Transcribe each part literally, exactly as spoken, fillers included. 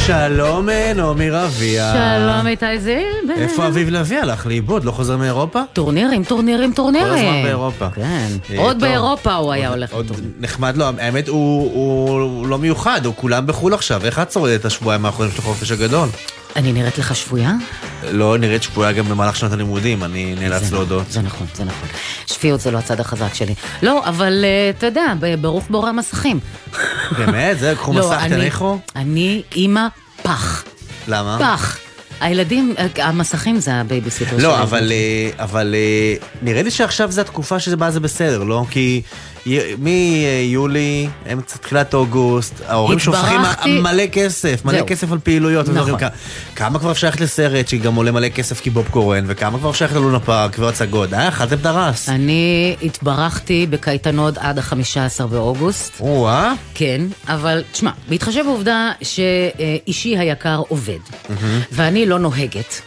שלום, נעמי רביע. שלום, איתי זיל. איפה אביב לוי הלך לאיבוד? לא חוזר מאירופה? טורנירים, טורנירים, טורנירים. כל הזמן באירופה. כן. עוד באירופה הוא היה הולך לטורניר. נחמד לו, האמת הוא לא מיוחד, הוא כולם בחול עכשיו. איך את שורדת את השבועיים האחרונים של החופש הגדול? אני נראית לך שבויה? לא נראית שבויה גם במהלך שנת הלימודים, אני נאלץ להודות. זה נכון, זה נכון. שפיות זה לא הצד החזק שלי. לא, אבל אתה יודע, ברוך בורא המסכים. באמת? זה, קחו מסך, תניחו? אני אימא פח. למה? פח. הילדים, המסכים זה הבייביסיטר. לא, אבל, אבל נראה לי שעכשיו זה התקופה שזה בא זה בסדר, לא? כי מיולי, אמצע תחילת אוגוסט, ההורים שופכים מלא כסף, מלא כסף על פעילויות. כמה כבר אפשר ללכת לסרט שגם עולה מלא כסף כבוב קורן, וכמה כבר אפשר ללכת ללונה פארק והצגות. אה, אכלתם את הרס. אני התברכתי בקייטנות עד ה-חמישה עשר באוגוסט. או-אה? כן, אבל תשמע, בהתחשב בעובדה שאישי היקר עובד, ואני לא נוהגת.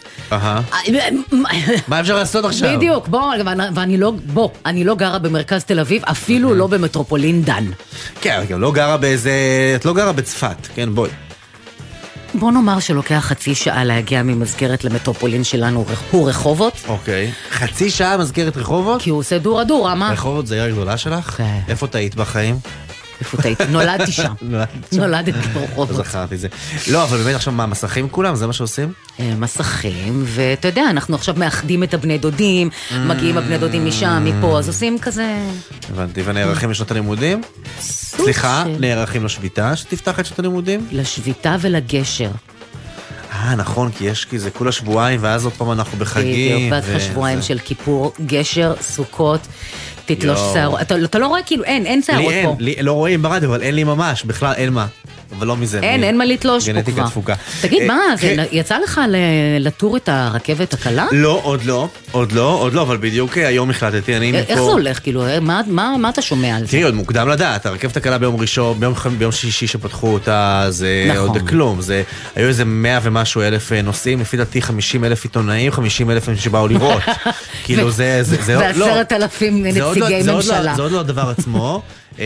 מה אפשר לעשות עכשיו? בדיוק, בוא, ואני לא, בוא, אני לא גרה במרכז תל אביב, אפילו לא במטרופולין דן. כן, גם לא גרה באיזה, את לא גרה בצפת, כן, בואי. בוא נאמר שלוקח חצי שעה להגיע ממסגרת למטרופולין שלנו, הוא רחובות. אוקיי. חצי שעה מזכרת רחובות? כי הוא עושה דורה דורה, מה? רחובות זה עיר גדולה שלך? כן. איפה טעית בחיים? איפה טעית? נולדתי שם. נולדתי ברחובות. זכרתי זה. לא, אבל באמת עכשיו מה, מסכים כולם? זה מה שעושים? מסכים, ואתה יודע, אנחנו עכשיו מאחדים את הבני דודים, מגיעים הבני דודים משם, מפה, אז עושים כזה... הבנתי, ונערכים לשנות הלימודים? סליחה, נערכים לשביתה שתפתח את שנות הלימודים? לשביתה ולגשר. אה, נכון, כי יש, כי זה כולה שבועיים, ואז עוד פעם אנחנו בחגים. בדיוק, ואז שבועיים של כיפור, גשר, סוכות, תתלוש שערות. אתה לא רואה, כאילו, אין, אין שערות פה. לא רואים ברדיו, אבל אין לי ממש, בכלל אין מה. אבל לא מזה. אין, אין מה לתלוש פה כבר. גנטיקה תפוקה. תגיד, מה, יצא לך לטור את הרכבת הקלה? לא, עוד לא, עוד לא, עוד לא, אבל בדיוק היום החלטתי, אני מפה... איך זה הולך, כאילו, מה אתה שומע על זה? תראי, עוד מוקדם לדעת, הרכבת הקלה ביום ראשון, ביום שישי שפתחו אותה, זה עוד כלום, זה, היו איזה מאה ומשהו אלף נוסעים, לפי דעתי חמישים אלף עיתונאים, חמישים אלף שבאו לראות. כאילו זה, זה, לא... ועשרת אלפים נציגי ממשלה. זה עוד לא הדבר עצמו.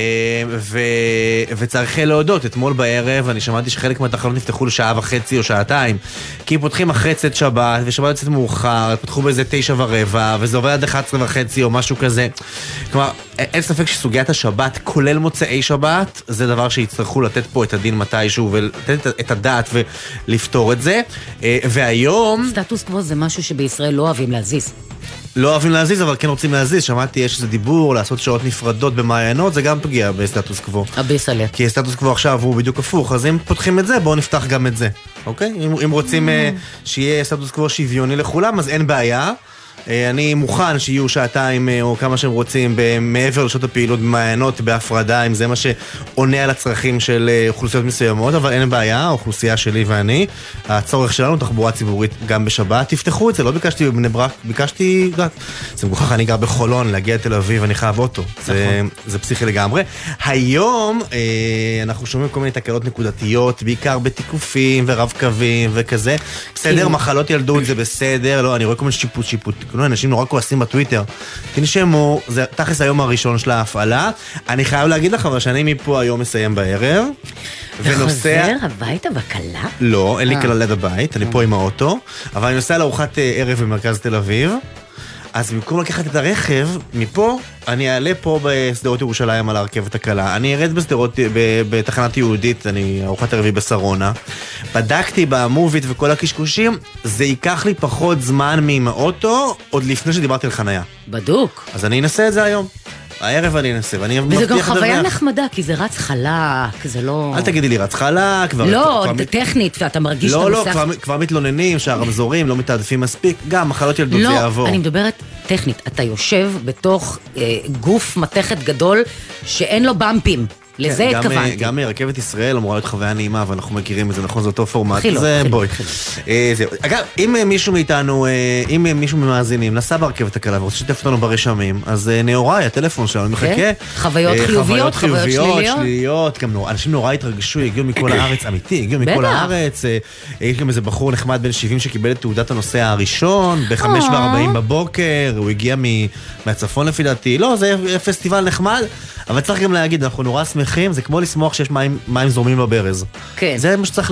וצריך להודות, אתמול בערב אני שמעתי שחלק מהתחנות נפתחו לשעה וחצי או שעתיים, כי פותחים אחרי צאת שבת, ושבת יוצאת מאוחר, פתחו באיזה תשע ורבע, וזה עובר עד אחת עשרה וחצי או משהו כזה. כלומר, אין ספק שסוגיית השבת, כולל מוצאי שבת, זה דבר שיצטרכו לתת פה את הדין מתישהו, ולתת את הדעת ולפתור את זה. והיום... סטטוס קוו זה משהו שבישראל לא אוהבים להזיז. לא אוהבים להזיז, אבל כן רוצים להזיז. שמעתי, יש איזה דיבור, לעשות שעות נפרדות במעיינות, זה גם פגיע בסטטוס קוו. אביסלה. כי סטטוס קוו עכשיו הוא בדיוק הפוך, אז אם פותחים את זה, בואו נפתח גם את זה. אוקיי? אם, אם רוצים mm. שיהיה סטטוס קוו שוויוני לכולם, אז אין בעיה. אני מוכן שיהיו שעתיים או כמה שהם רוצים מעבר לשעות הפעילות במעיינות בהפרדה, אם זה מה שעונה על הצרכים של אוכלוסיות מסוימות, אבל אין בעיה, האוכלוסייה שלי ואני, הצורך שלנו תחבורה ציבורית גם בשבת, תפתחו את זה, לא ביקשתי בבני ברק, ביקשתי רק, זה מוכרח, אני גר בחולון, להגיע לתל אביב, אני חייב אוטו, זה, זה פסיכי לגמרי. היום אנחנו שומעים כל מיני תקלות נקודתיות, בעיקר בתיקופים ורב קווים וכזה, בסדר, מחלות ילדות זה בסדר, לא, אני רואה כל מיני שיפוט שיפוט אנשים נורא כועסים בטוויטר, תנשמו, זה תכלס היום הראשון של ההפעלה. אני חייב להגיד לך, אבל שאני מפה היום מסיים בערב, וחוזר הביתה בקלה? לא, אין לי קלה ליד הבית, אני פה עם האוטו, אבל אני נוסע לארוחת ערב במרכז תל אביב, אז במקום לקחת את הרכב, מפה אני אעלה פה בסדרות ירושלים על הרכבת הקלה. אני ארד בסדרות, בתחנת יהודית, אני ארוחת ערבי בסרונה. בדקתי במובית וכל הקשקושים, זה ייקח לי פחות זמן מהאוטו, עוד לפני שדיברתי על חנייה. בדוק. אז אני אנסה את זה היום. הערב אני אנסה, ואני מבטיח וזה גם חוויה נחמדה, כי זה רץ חלק, זה לא... אל תגידי לי, רץ חלק. לא, טכנית, ואתה מרגיש לא, לא, כבר מתלוננים שהרמזורים לא מתעדפים מספיק, גם מחלות ילדות זה יעבור. לא, אני מדברת טכנית, אתה יושב בתוך גוף מתכת גדול שאין לו במפים. לזה התכוונתי. גם מרכבת ישראל אמורה להיות חוויה נעימה, ואנחנו מכירים את זה, נכון, זה אותו פורמט. זה בואי. אגב, אם מישהו מאיתנו, אם מישהו ממאזינים, נסע ברכבת הקלה ורוצה שתף אותנו ברשמים, אז נאוריי, הטלפון שלנו מחכה. חוויות חיוביות, חוויות שליליות. שליליות, גם אנשים נורא התרגשו, הגיעו מכל הארץ, אמיתי, הגיעו מכל הארץ. יש גם איזה בחור נחמד בן שבעים שקיבל את תעודת הנוסע הראשון, ב-חמש וארבעים בבוקר, הוא הגיע מהצפון לפי דעתי. לא, זה פסטיבל נחמד, אבל צריך גם להגיד, אנחנו נורא שמחים, זה כמו לשמוח שיש מים, מים זורמים בברז. כן. זה מה שצריך להיות.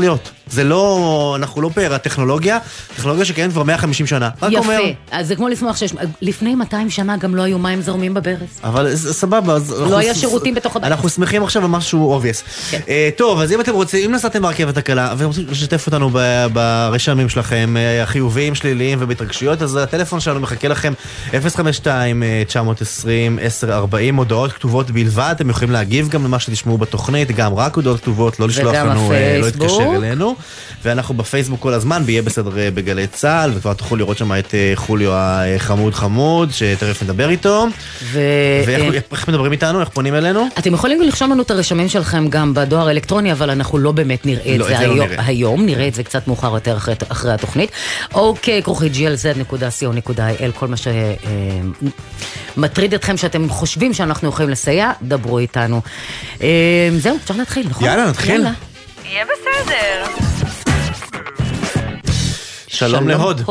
זה לא, אנחנו לא פאר הטכנולוגיה, טכנולוגיה שקיימת כבר מאה וחמישים שנה. יפה, אז זה כמו לשמוח שיש, לפני מאתיים שנה גם לא היו מים זורמים בברז. אבל סבבה, לא היה שירותים בתוך הבית. אנחנו שמחים עכשיו על משהו obvious. טוב, אז אם אתם רוצים, אם נסעתם ברכבת הקלה, ואתם רוצים לשתף אותנו ברשמים שלכם, החיוביים, שליליים ובהתרגשויות, אז הטלפון שלנו מחכה לכם אפס חמש שתיים תשע עשרים עשר ארבעים, הודעות כתובות בלבד, אתם יכולים להגיב גם למה שתשמעו בתוכנית, גם רק הודעות כתובות, לא לשלוח לנו, לא להתקשר אלינו, ואנחנו בפייסבוק כל הזמן, ביה בסדר בגלי צהל, וכבר תוכלו לראות שם את חוליו החמוד חמוד, שתרף נדבר איתו. ואיך מדברים איתנו? איך פונים אלינו? אתם יכולים לרשום לנו את הרשמים שלכם גם בדואר אלקטרוני, אבל אנחנו לא באמת נראה את זה היום, נראה את זה קצת מאוחר יותר אחרי התוכנית. אוקיי, כרוכי ג'י אל זד נקודה סי או נקודה איי אל, כל מה שמטריד אתכם שאתם חושבים שאנחנו יכולים לסייע, דברו איתנו. זהו, אפשר להתחיל, נכון? יאללה, נתחיל. יהיה בסדר. שלום להוד.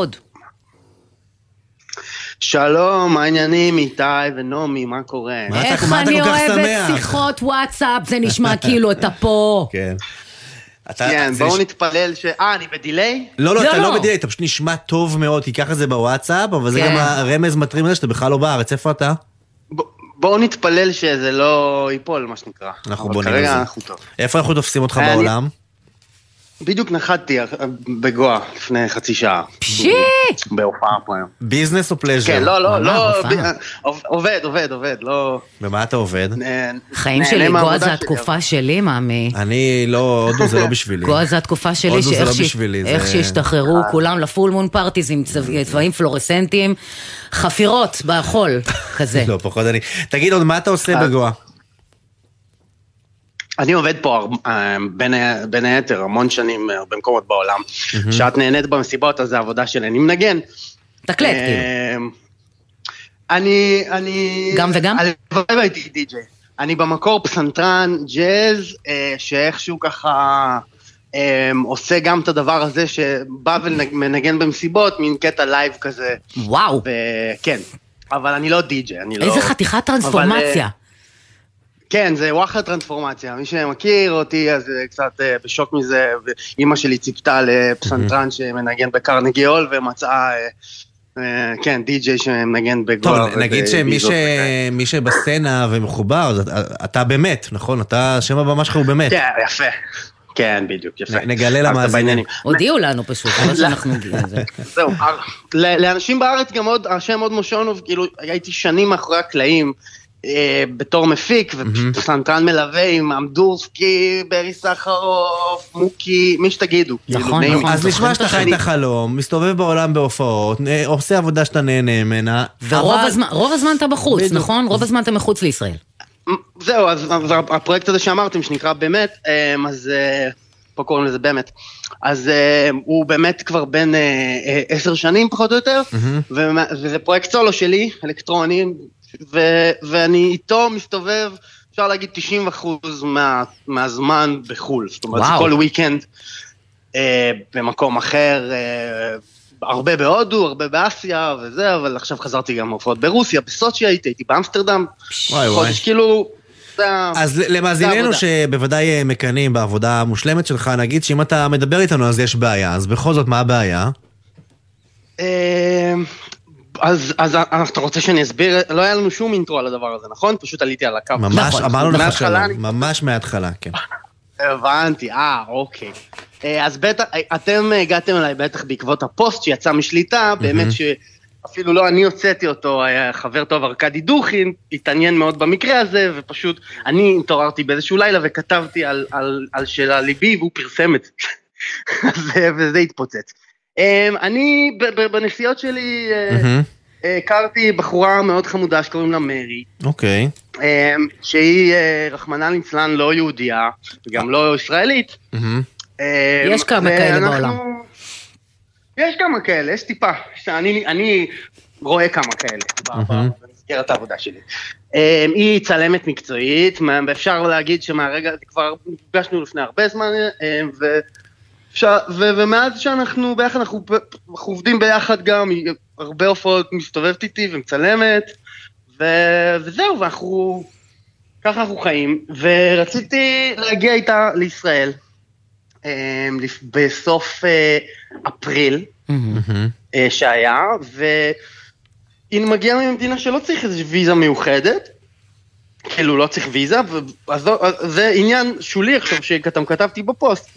שלום, מה העניינים איתי ונומי, מה קורה? איך אני אוהבת שיחות וואטסאפ, זה נשמע כאילו אתה פה. כן. כן, בואו נתפלל ש... אה, אני בדילי? לא, לא, אתה לא בדילי, אתה פשוט נשמע טוב מאוד, כי ככה זה בוואטסאפ, אבל זה גם הרמז מטרים לזה שאתה בכלל לא בארץ, איפה אתה? בואו נתפלל שזה לא ייפול, מה שנקרא. אנחנו בונים על זה. איפה אנחנו תופסים אותך בעולם? בדיוק נחתתי בגואה לפני חצי שעה. פשי! בהופעה פה היום. ביזנס או פלז'ר? כן, לא, לא, לא, עובד, עובד, עובד, לא... במה אתה עובד? חיים שלי, גואה זה התקופה שלי, מאמי. אני לא, הודו זה לא בשבילי. גואה זה התקופה שלי, שאיך שהשתחררו כולם לפול מון פארטיז עם צבעים פלורסנטיים, חפירות בחול, כזה. לא, פחות אני. תגיד עוד, מה אתה עושה בגואה? אני עובד פה בין, בין היתר המון שנים במקומות בעולם. Mm-hmm. שאת נהנית במסיבות, אז זה העבודה שלי. אני מנגן. תקלט, כאילו. אני, אני... גם וגם? הלוואי הייתי די-ג'יי. אני במקור פסנתרן, ג'אז, שאיכשהו ככה עושה גם את הדבר הזה שבא ומנגן במסיבות, מין קטע לייב כזה. וואו. כן, אבל אני לא די-ג'יי. אני איזה לא... חתיכת טרנספורמציה. אבל, כן, זה וואחד טרנספורמציה, מי שמכיר אותי אז קצת בשוק מזה, ואימא שלי ציפתה לפסנתרן שמנגן בקרנגי הול, ומצאה, כן, די-ג'יי שמנגן בגואה. טוב, נגיד שמי שבסצנה ומחובר, אתה באמת, נכון? אתה, שם הבמה שלך הוא באמת. כן, יפה. כן, בדיוק, יפה. נגלה למאזינים. הודיעו לנו פשוט, לא שאנחנו נגיע לזה. זהו, לאנשים בארץ גם עוד, השם עוד מושונוב, כאילו, הייתי שנים מאחורי הקלעים, בתור מפיק, ופסנתרן מלווה עם אמדורסקי, ברי סחרוף, מוקי, מי שתגידו. נכון, אז נשמע שאתה חי את החלום, מסתובב בעולם בהופעות, עושה עבודה שאתה נהנה ממנה. ורוב הזמן אתה בחוץ, נכון? רוב הזמן אתה מחוץ לישראל. זהו, אז הפרויקט הזה שאמרתם, שנקרא באמת, אז פה קוראים לזה באמת, אז הוא באמת כבר בין עשר שנים פחות או יותר, וזה פרויקט סולו שלי, אלקטרוני, ו- ואני איתו מסתובב, אפשר להגיד תשעים אחוז מה, מהזמן בחול, זאת אומרת, וואו. כל וויקנד אה, במקום אחר, אה, הרבה בהודו, הרבה באסיה וזה, אבל עכשיו חזרתי גם הופעות ברוסיה, בסוצ'י הייתי, הייתי באמסטרדם, וואי וואי. חודש כאילו... אז למאזיננו שבוודאי מקנים בעבודה המושלמת שלך, נגיד שאם אתה מדבר איתנו אז יש בעיה, אז בכל זאת מה הבעיה? אה... אז, אז אתה רוצה שאני אסביר? לא היה לנו שום אינטרו על הדבר הזה, נכון? פשוט עליתי על הקו. ממש, אמרנו לך שלום, ממש מההתחלה, כן. הבנתי, אה, אוקיי. אז בטח, אתם הגעתם אליי בטח בעקבות הפוסט שיצא משליטה, באמת שאפילו לא אני הוצאתי אותו, היה חבר טוב ארקדי דוכין, התעניין מאוד במקרה הזה, ופשוט אני התעוררתי באיזשהו לילה וכתבתי על, על, על שאלה ליבי, והוא פרסם את זה, וזה התפוצץ. אני בנסיעות שלי הכרתי בחורה מאוד חמודה שקוראים לה מרי. אוקיי. שהיא רחמנא ליצלן לא יהודייה, וגם לא ישראלית. יש כמה כאלה בעולם. יש כמה כאלה, יש טיפה. אני רואה כמה כאלה במסגרת העבודה שלי. היא צלמת מקצועית, ואפשר להגיד שמהרגע, כבר נפגשנו לפני הרבה זמן, ו... ומאז שאנחנו ביחד, אנחנו עובדים ביחד גם, הרבה הופעות מסתובבת איתי ומצלמת, וזהו, ואנחנו, ככה אנחנו חיים, ורציתי להגיע איתה לישראל, בסוף אפריל שהיה, והיא מגיעה ממדינה שלא צריך איזו ויזה מיוחדת, כאילו לא צריך ויזה, אז זה עניין שולי עכשיו שכתם כתבתי בפוסט,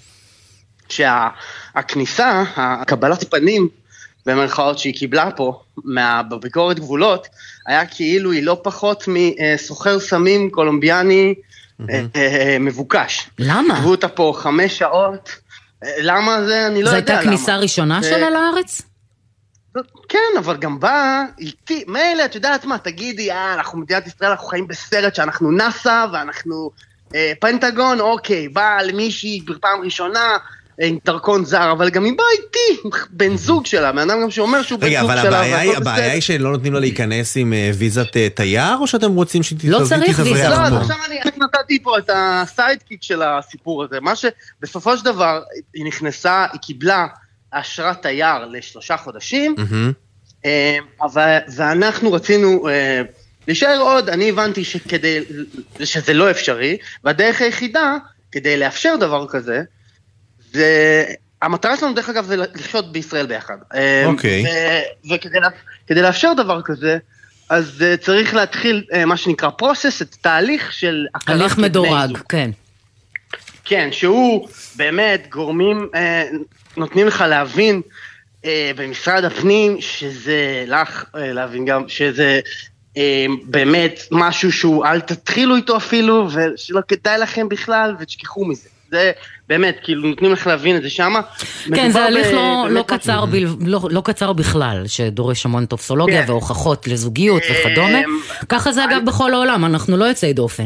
שהכניסה, הקבלת פנים, במרכאות שהיא קיבלה פה, בביקורת גבולות, היה כאילו היא לא פחות מסוחר סמים קולומביאני מבוקש. למה? קבעו אותה פה חמש שעות, למה זה, אני לא יודע למה. זו הייתה כניסה ראשונה שלה לארץ? כן, אבל גם באה, איתי, מילא, את יודעת מה, תגידי, אה, אנחנו מדינת ישראל, אנחנו חיים בסרט שאנחנו נאסא, ואנחנו אה, פנטגון, אוקיי, באה למישהי בפעם ראשונה, עם דרכון זר, אבל גם היא באה איתי, בן זוג שלה, מאדם גם שאומר שהוא בן זוג שלה. רגע, אבל הבעיה היא שלא נותנים לה להיכנס עם ויזת תייר, או שאתם רוצים שתתזרי? לא צריך ויזה. לא, אז עכשיו אני נתתי פה את הסיידקיק של הסיפור הזה, מה שבסופו של דבר, היא נכנסה, היא קיבלה אשרת תייר לשלושה חודשים, ואנחנו רצינו להישאר עוד, אני הבנתי שזה לא אפשרי, והדרך היחידה, כדי לאפשר דבר כזה, המטרה שלנו דרך אגב זה לחיות בישראל ביחד. אוקיי. וכדי לאפשר דבר כזה, אז צריך להתחיל מה שנקרא פרוסס, את תהליך של הליך מדורג, כן. כן, שהוא באמת גורמים, נותנים לך להבין במשרד הפנים, שזה לך להבין גם, שזה באמת משהו שהוא, אל תתחילו איתו אפילו, ושלא כדאי לכם בכלל, ותשכחו מזה. זה באמת, כאילו, נותנים לך להבין את זה שמה. כן, זה הליך לא, לא, קצר ב, לא, לא קצר בכלל, שדורש המון טופסולוגיה כן. והוכחות לזוגיות וכדומה. ככה זה אגב בכל העולם, אנחנו לא יוצאי דופן.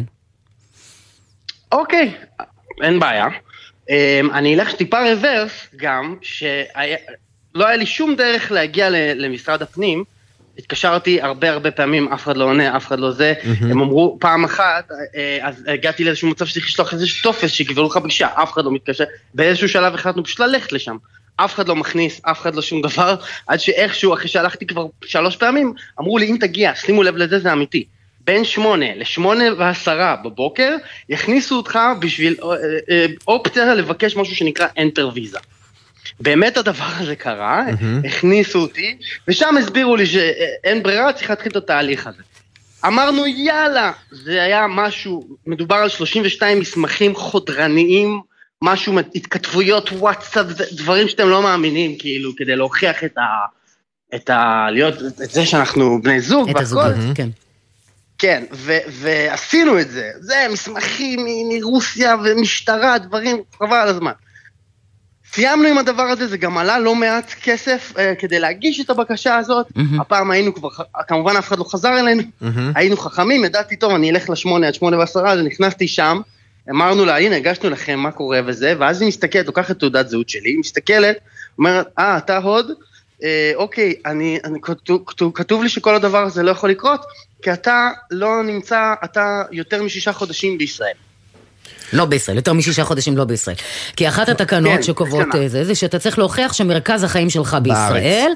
אוקיי, אין בעיה. אני אלך טיפה רוורס גם, שלא היה לי שום דרך להגיע למשרד הפנים, התקשרתי הרבה הרבה פעמים, אף אחד לא עונה, אף אחד לא זה, הם אמרו פעם אחת, אז הגעתי לאיזשהו מצב שצריך לשלוח איזשהו טופס שיקבלו לך פגישה, אף אחד לא מתקשר, באיזשהו שלב החלטנו פשוט ללכת לשם, אף אחד לא מכניס, אף אחד לא שום דבר, עד שאיכשהו, אחרי שהלכתי כבר שלוש פעמים, אמרו לי, אם תגיע, שימו לב לזה, זה אמיתי, בין שמונה לשמונה ועשרה בבוקר, יכניסו אותך בשביל אופציה לבקש משהו שנקרא Enter Visa. באמת הדבר הזה קרה, הכניסו אותי, ושם הסבירו לי שאין ברירה, צריך להתחיל את התהליך הזה. אמרנו, יאללה, זה היה משהו, מדובר על שלושים ושתיים מסמכים חודרניים, משהו, התכתבויות וואטסאפ, דברים שאתם לא מאמינים, כאילו, כדי להוכיח את ה... את ה... להיות, את זה שאנחנו בני זוג, את הזוגות, כן. כן, ועשינו את זה. זה מסמכים מרוסיה ומשטרה, דברים, חבל על הזמן. סיימנו עם הדבר הזה, זה גם עלה לא מעט כסף uh, כדי להגיש את הבקשה הזאת, mm-hmm. הפעם היינו כבר, כמובן אף אחד לא חזר אלינו, mm-hmm. היינו חכמים, ידעתי טוב, אני אלך לשמונה עד שמונה ועשרה, אז נכנסתי שם, אמרנו לה, הנה, הגשנו לכם מה קורה וזה, ואז היא מסתכלת, לוקחת תעודת זהות שלי, היא מסתכלת, אומרת, אה, אתה הוד? אה, אוקיי, אני, אני, כתוב, כתוב, כתוב לי שכל הדבר הזה לא יכול לקרות, כי אתה לא נמצא, אתה יותר משישה חודשים בישראל. לא בישראל, יותר משישה חודשים לא בישראל. כי אחת התקנות שקובעות זה, זה שאתה צריך להוכיח שמרכז החיים שלך בישראל,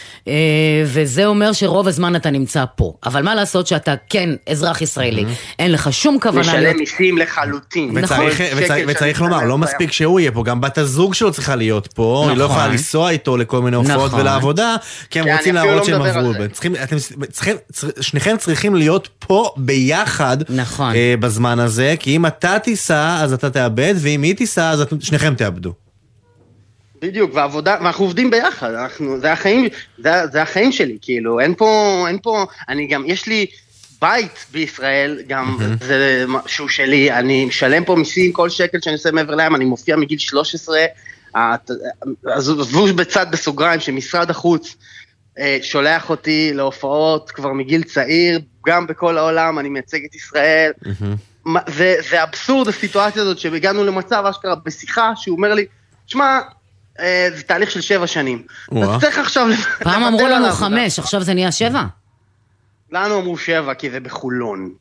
וזה אומר שרוב הזמן אתה נמצא פה. אבל מה לעשות שאתה כן אזרח ישראלי, אין לך שום כוונה... משלם מיסים לחלוטין. וצריך לומר, לא מספיק שהוא יהיה פה, גם בת הזוג שלו צריכה להיות פה, היא לא יכולה לנסוע איתו לכל מיני הופעות ולעבודה, כי הם רוצים להראות שהם עברו. שניכם צריכים להיות פה ביחד בזמן הזה, כי אם אתה תיסע, אז אתה תאבד, ואם היא תיסע, אז שניכם תאבדו. בדיוק, ועבודה, ואנחנו עובדים ביחד, אנחנו, זה החיים, זה, זה החיים שלי, כאילו, אין פה, אין פה, אני גם, יש לי בית בישראל, גם, mm-hmm. זה משהו שלי, אני משלם פה מיסים, כל שקל שאני עושה מעבר להם, אני מופיע מגיל שלוש עשרה, אז עזבו בצד בסוגריים, שמשרד החוץ שולח אותי להופעות כבר מגיל צעיר, גם בכל העולם, אני מייצג את ישראל, mm-hmm. זה, זה אבסורד הסיטואציה הזאת, שהגענו למצב, אשכרה בשיחה, שהוא אומר לי, תשמע, זה תהליך של שבע שנים. אז צריך עכשיו... פעם אמרו לנו חמש, עכשיו זה נהיה שבע? לנו אמרו שבע, כי זה בחולון.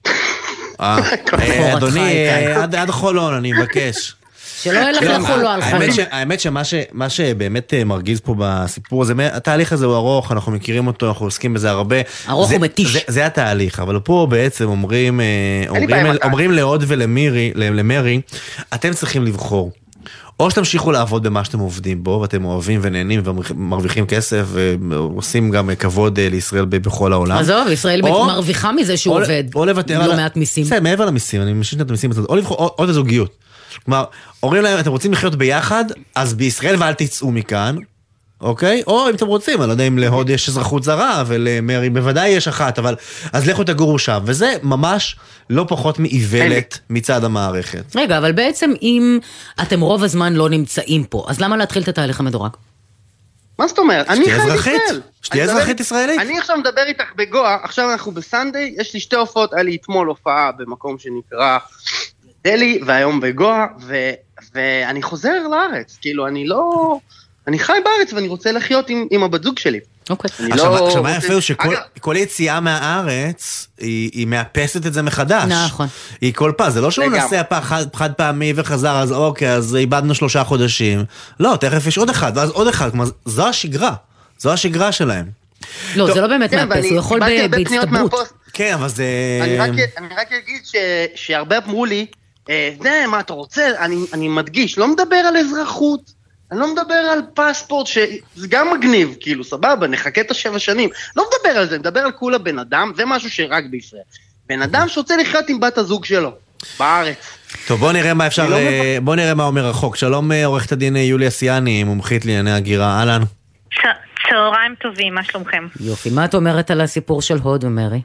אדוני, עד חולון, אני מבקש. שלא ילך לחולו על חולון. האמת שמה שבאמת מרגיז פה בסיפור הזה, התהליך הזה הוא ארוך, אנחנו מכירים אותו, אנחנו עוסקים בזה הרבה. ארוך ומתיש. זה התהליך, אבל פה בעצם אומרים לעוד ולמרי, אתם צריכים לבחור. או שתמשיכו לעבוד במה שאתם עובדים בו, ואתם אוהבים ונהנים ומרוויחים כסף, ועושים גם כבוד לישראל בכל העולם. עזוב, ישראל מרוויחה מזה שהוא עובד. או לוותר לא מעט מיסים. בסדר, מעבר למיסים, אני משנה את המיסים, או לבחור עוד הזוגיות. כלומר, אומרים להם, אתם רוצים לחיות ביחד, אז בישראל ואל תצאו מכאן, אוקיי? או אם אתם רוצים, אני לא יודע אם להוד יש אזרחות זרה, ולמרי בוודאי יש אחת, אבל אז לכו תגורו שם, וזה ממש לא פחות מאיוולת מצד המערכת. רגע, אבל בעצם אם אתם רוב הזמן לא נמצאים פה, אז למה להתחיל את התהליך המדורג? מה זאת אומרת? אני חי בישראל. שתהיה אזרחית ישראלית. אני עכשיו מדבר איתך בגואה, עכשיו אנחנו בסנדיי, יש לי שתי הופעות, היה לי אתמול הופעה במקום שנקרא דלי, והיום בגואה, ואני חוזר לארץ, כאילו אני לא... אני חי בארץ ואני רוצה לחיות עם, עם הבת זוג שלי. אוקיי. עכשיו מה יפה הוא שכל יציאה מהארץ, היא, היא מאפסת את זה מחדש. נכון. היא כל פעם, זה לא שהוא נסע חד פעמי וחזר, אז אוקיי, אז איבדנו שלושה חודשים. לא, תכף יש עוד אחד, ואז עוד אחד, כלומר, זו השגרה. זו השגרה שלהם. לא, זה לא באמת מאפס, הוא יכול בהצטברות. כן, אבל זה... אני רק אגיד שהרבה אמרו לי, זה, מה אתה רוצה? אני מדגיש, לא מדבר על אזרחות. אני לא מדבר על פספורט, שזה גם מגניב, כאילו, סבבה, נחכה את השבע שנים. לא מדבר על זה, מדבר על כולה בן אדם, זה משהו שרק בישראל. בן אדם שרוצה לחיות עם בת הזוג שלו, בארץ. טוב, בוא נראה מה אפשר, בוא נראה מה אומר החוק. שלום, עורכת הדין יוליה סיאני, מומחית לענייני הגירה. אהלן. צהריים טובים, מה שלומכם? יופי, מה את אומרת על הסיפור של הוד ומרי?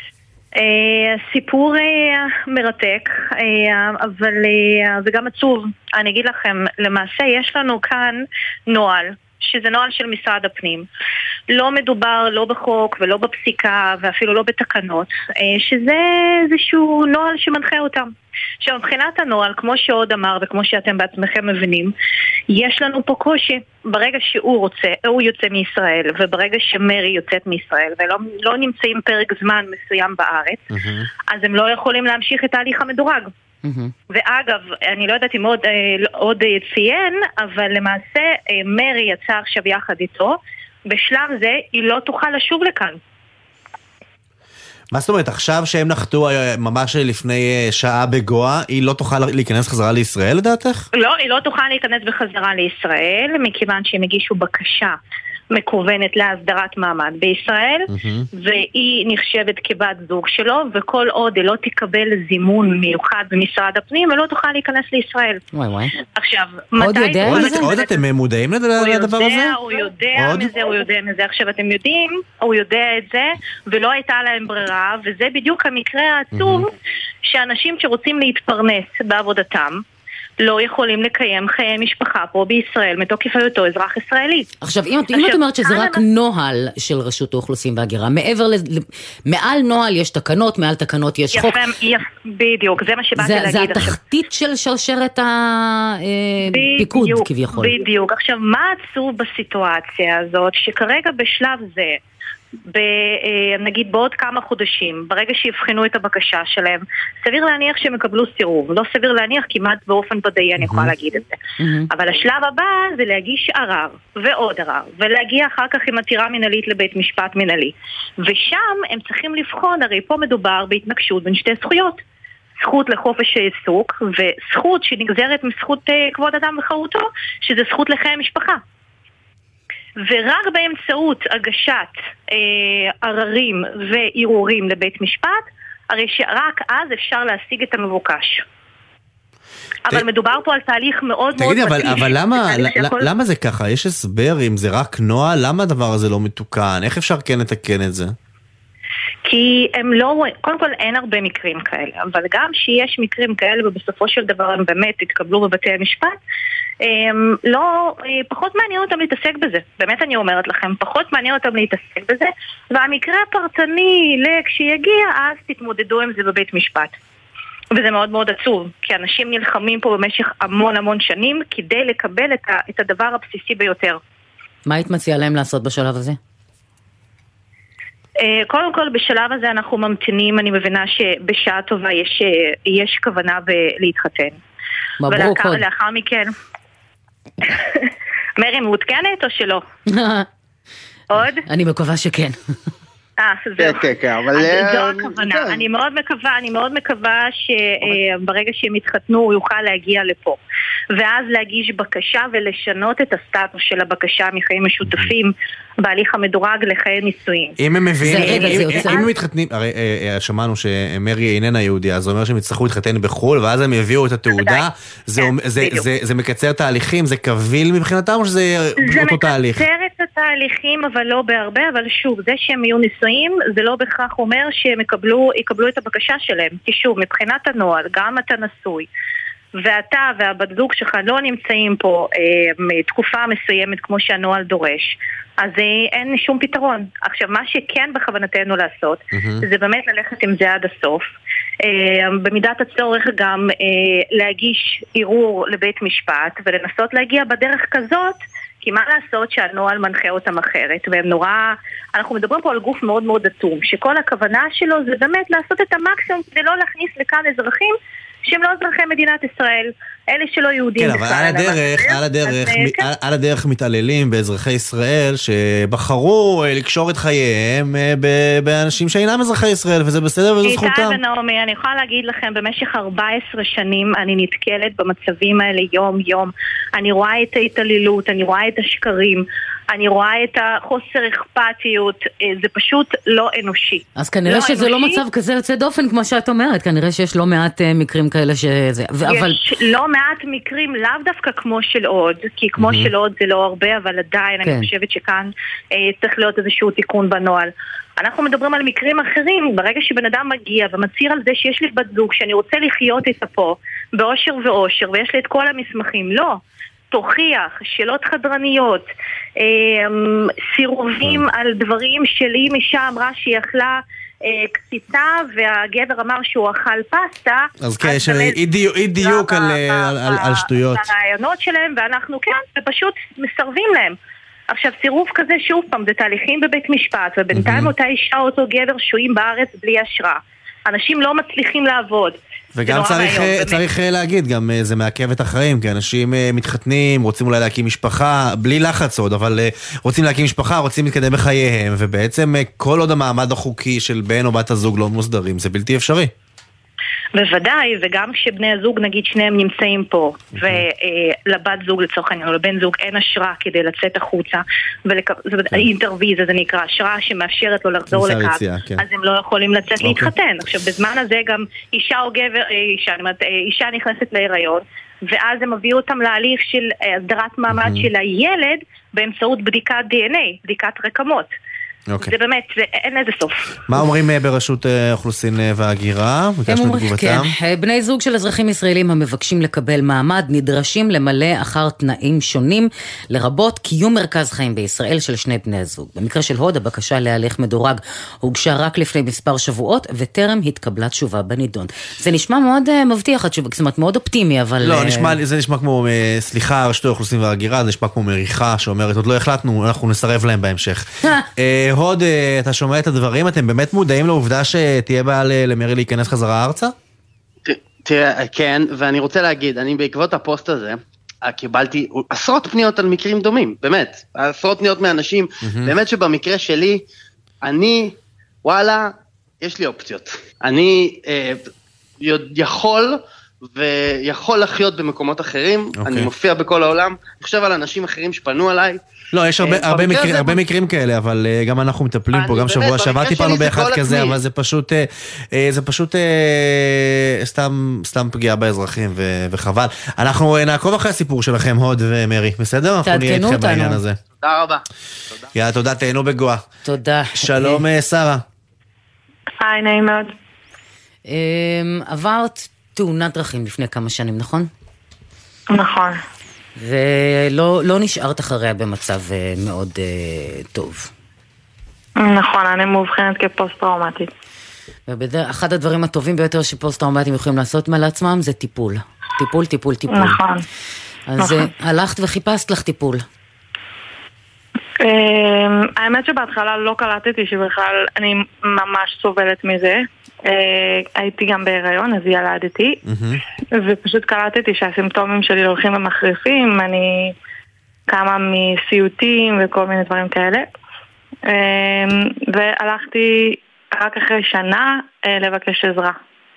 סיפור מרתק, אבל זה גם עצוב. אני אגיד לכם, למעשה יש לנו כאן נוהל, שזה נוהל של משרד הפנים. לא מדובר לא בחוק ולא בפסיקה ואפילו לא בתקנות, שזה איזשהו נוהל שמנחה אותם. עכשיו, מבחינת הנוהל, כמו שעוד אמר וכמו שאתם בעצמכם מבינים, יש לנו פה קושי. ברגע שהוא רוצה, הוא יוצא מישראל, וברגע שמרי יוצאת מישראל, ולא לא נמצאים פרק זמן מסוים בארץ, mm-hmm. אז הם לא יכולים להמשיך את ההליך המדורג. Mm-hmm. ואגב, אני לא יודעת אם עוד, עוד ציין, אבל למעשה מרי יצא עכשיו יחד איתו, בשלב זה היא לא תוכל לשוב לכאן. מה זאת אומרת, עכשיו שהם נחתו ממש לפני שעה בגואה, היא לא תוכל להיכנס חזרה לישראל לדעתך? לא, היא לא תוכל להיכנס בחזרה לישראל, מכיוון שהם הגישו בקשה מקוונת להסדרת מעמד בישראל, mm-hmm. והיא נחשבת כבת זוג שלו, וכל עוד היא לא תקבל זימון מיוחד במשרד הפנים, היא לא תוכל להיכנס לישראל. וואי וואי. עכשיו, עוד יודע מזה? עוד אתם מודעים לדבר הזה? הוא יודע מזה, הוא יודע מזה. עכשיו, אתם יודעים, הוא יודע את זה, ולא הייתה להם ברירה, וזה בדיוק המקרה העצוב, שאנשים שרוצים להתפרנס בעבודתם, לא יכולים לקיים חיי משפחה פה בישראל מתוקף היותו אזרח ישראלי. עכשיו, אם את אומרת שזה רק נוהל של רשות האוכלוסין וההגירה, מעבר לזה, מעל נוהל יש תקנות, מעל תקנות יש חוק. בדיוק, זה מה שבאתי להגיד. זה התחתית של שרשרת הפיקוד כביכול. בדיוק. עכשיו, מה עצוב בסיטואציה הזאת, שכרגע בשלב זה, נגיד בעוד כמה חודשים, ברגע שיבחנו את הבקשה שלהם, סביר להניח שהם יקבלו סירוב, לא סביר להניח כמעט באופן ודאי, אני יכולה להגיד את זה. אבל השלב הבא זה להגיש ערר ועוד ערר, ולהגיע אחר כך עם עתירה מנהלית לבית משפט מנהלי, ושם הם צריכים לבחון, הרי פה מדובר בהתנגשות בין שתי זכויות, זכות לחופש העיסוק וזכות שנגזרת מזכות כבוד אדם וחירותו, שזה זכות לחיי משפחה. ורק באמצעות הגשת אה, עררים וערעורים לבית משפט, הרי שרק אז אפשר להשיג את המבוקש. ת... אבל מדובר פה על תהליך מאוד תגידי, מאוד... תגידי, אבל, אבל למה, שיכול... למה זה ככה? יש הסבר אם זה רק נוהל? למה הדבר הזה לא מתוקן? איך אפשר כן לתקן את זה? כי הם לא, קודם כל אין הרבה מקרים כאלה, אבל גם שיש מקרים כאלה ובסופו של דבר הם באמת התקבלו בבתי המשפט, הם לא, פחות מעניין אותם להתעסק בזה, באמת אני אומרת לכם, פחות מעניין אותם להתעסק בזה, והמקרה הפרטני כשיגיע אז תתמודדו עם זה בבית משפט. וזה מאוד מאוד עצוב, כי אנשים נלחמים פה במשך המון המון שנים כדי לקבל את, ה, את הדבר הבסיסי ביותר. מה היית מציעה להם לעשות בשלב הזה? קודם כל בשלב הזה אנחנו ממתינים, אני מבינה שבשעה טובה יש, יש כוונה להתחתן. מברוק עוד. ולאחר מכן, מרי מעודכנת או שלא? עוד? אני מקווה שכן. אה, זהו. כן, כן, אבל... זו הכוונה. אני מאוד מקווה, אני מאוד מקווה שברגע שהם יתחתנו הוא יוכל להגיע לפה. ואז להגיש בקשה ולשנות את הסטטוס של הבקשה מחיים משותפים בהליך המדורג לחיי נישואים. אם הם מביאים, אם הם מתחתנים, הרי שמענו שמרי איננה יהודיה, זה אומר שהם יצטרכו להתחתן בחול, ואז הם יביאו את התעודה, זה מקצר תהליכים, זה קביל מבחינתם, או שזה אותו תהליך? זה מקצר את התהליכים, אבל לא בהרבה, אבל שוב, זה שהם יהיו נישואים, זה לא בכך אומר שהם יקבלו את הבקשה שלהם. כי שוב, מבחינת הנוהל, גם אתה נשוי, ואתה והבת זוג שלך לא נמצאים פה אה, תקופה מסוימת כמו שהנוהל דורש, אז אה, אין שום פתרון. עכשיו, מה שכן בכוונתנו לעשות, mm-hmm. זה באמת ללכת עם זה עד הסוף. אה, במידת הצורך גם אה, להגיש ערעור לבית משפט, ולנסות להגיע בדרך כזאת, כי מה לעשות שהנוהל מנחה אותם אחרת, והם נורא, אנחנו מדברים פה על גוף מאוד מאוד עצום, שכל הכוונה שלו זה באמת לעשות את המקסימום, כדי לא להכניס לכאן אזרחים, שהם לא אזרחי מדינת ישראל, אלה שלא יהודים. כן, אבל על הדרך, על הדרך, על הדרך מתעללים באזרחי ישראל שבחרו לקשור את חייהם באנשים שאינם אזרחי ישראל, וזה בסדר וזו זכותם. איתי ונעמי, אני יכולה להגיד לכם, במשך ארבע עשרה שנים אני נתקלת במצבים האלה יום יום. אני רואה את ההתעללות, אני רואה את השקרים, אני רואה את החוסר אכפתיות, זה פשוט לא אנושי. אז כנראה שזה לא מצב כזה יוצא דופן כמו שאת אומרת, כנראה שיש לא מעט מקרים כאלה שזה... יש לא מעט מקרים, לאו דווקא כמו של עוד, כי כמו של עוד זה לא הרבה, אבל עדיין אני חושבת שכאן צריך להיות איזשהו תיקון בנוהל. אנחנו מדברים על מקרים אחרים, ברגע שבן אדם מגיע ומצהיר על זה שיש לי בת זוג, שאני רוצה לחיות איתה פה, באושר ואושר, ויש לי את כל המסמכים, לא. תוכיח, שאלות חדרניות, סירובים על דברים שלי אישה אמרה שהיא אכלה קציצה והגבר אמר שהוא אכל פסטה. אז כן, יש אי דיוק על שטויות. הרעיונות שלהם, ואנחנו כן, ופשוט מסרבים להם. עכשיו, סירוב כזה שוב פעם, זה תהליכים בבית משפט, ובינתיים אותה אישה או אותו גבר שוהים בארץ בלי אשרה. אנשים לא מצליחים לעבוד. וגם צריך, צריך להגיד, גם זה מעכב את החיים, כי אנשים מתחתנים, רוצים אולי להקים משפחה, בלי לחץ עוד, אבל רוצים להקים משפחה, רוצים להתקדם בחייהם, ובעצם כל עוד המעמד החוקי של בן או בת הזוג לא מוסדרים, זה בלתי אפשרי. בוודאי, וגם כשבני הזוג, נגיד שניהם נמצאים פה, ולבת זוג לצורך העניין, או לבן זוג אין אשרה כדי לצאת החוצה, אינטרוויזה זה נקרא, אשרה שמאפשרת לו לחזור לכאן, אז הם לא יכולים לצאת להתחתן. עכשיו, בזמן הזה גם אישה או גבר, אישה נכנסת להיריון, ואז הם הביאו אותם להליך של הסדרת מעמד של הילד, באמצעות בדיקת די אן איי, בדיקת רקמות. Okay. זה באמת, זה, אין איזה סוף. מה אומרים ברשות האוכלוסין וההגירה? ביקשנו את תגובתם. כן, בני זוג של אזרחים ישראלים המבקשים לקבל מעמד נדרשים למלא אחר תנאים שונים, לרבות קיום מרכז חיים בישראל של שני בני הזוג. במקרה של הוד, הבקשה להליך מדורג הוגשה רק לפני מספר שבועות, וטרם התקבלה תשובה בנידון. זה נשמע מאוד מבטיח, זאת אומרת מאוד אופטימי, אבל... לא, נשמע, זה נשמע כמו, סליחה, רשות האוכלוסין וההגירה, זה נשמע כמו מריחה שאומרת, עוד לא החלטנו, אנחנו נסרב להם בהמשך. הוד, אתה שומע את הדברים, אתם באמת מודעים לעובדה שתהיה בעיה למרי להיכנס חזרה ארצה? תראה, כן, ואני רוצה להגיד, אני בעקבות הפוסט הזה, קיבלתי עשרות פניות על מקרים דומים, באמת, עשרות פניות מאנשים, באמת שבמקרה שלי, אני, וואלה, יש לי אופציות. אני יכול ויכול לחיות במקומות אחרים, אני מופיע בכל העולם, אני חושב על אנשים אחרים שפנו עליי, לא, יש הרבה, הרבה, מקרים, הרבה מקרים כאלה, אבל uh, גם אנחנו מטפלים פה, גם שבוע שעבר טיפלנו באחד כזה, אבל זה פשוט, uh, זה פשוט uh, סתם, סתם פגיעה באזרחים, ו- וחבל. אנחנו uh, נעקוב אחרי הסיפור שלכם, הוד ומרי, בסדר? אנחנו נהיה איתכם בעניין הזה. תודה רבה. יאללה, תודה, תהנו בגואה. תודה. שלום, שרה. היי, נעים מאוד. עברת תאונת דרכים לפני כמה שנים, נכון? נכון. ולא לא נשארת אחריה במצב מאוד uh, טוב. נכון, אני מאובחנת כפוסט-טראומטית. ואחד הדברים הטובים ביותר שפוסט-טראומטיים יכולים לעשות מעל עצמם זה טיפול. טיפול, טיפול, טיפול. נכון. אז נכון. הלכת וחיפשת לך טיפול. האמת שבהתחלה לא קלטתי שבכלל אני ממש סובלת מזה. הייתי גם בהיריון, אז ילדתי, ופשוט קלטתי שהסימפטומים שלי הולכים ומחריפים, אני כמה מסיוטים וכל מיני דברים כאלה. והלכתי רק אחרי שנה לבקש עזרה.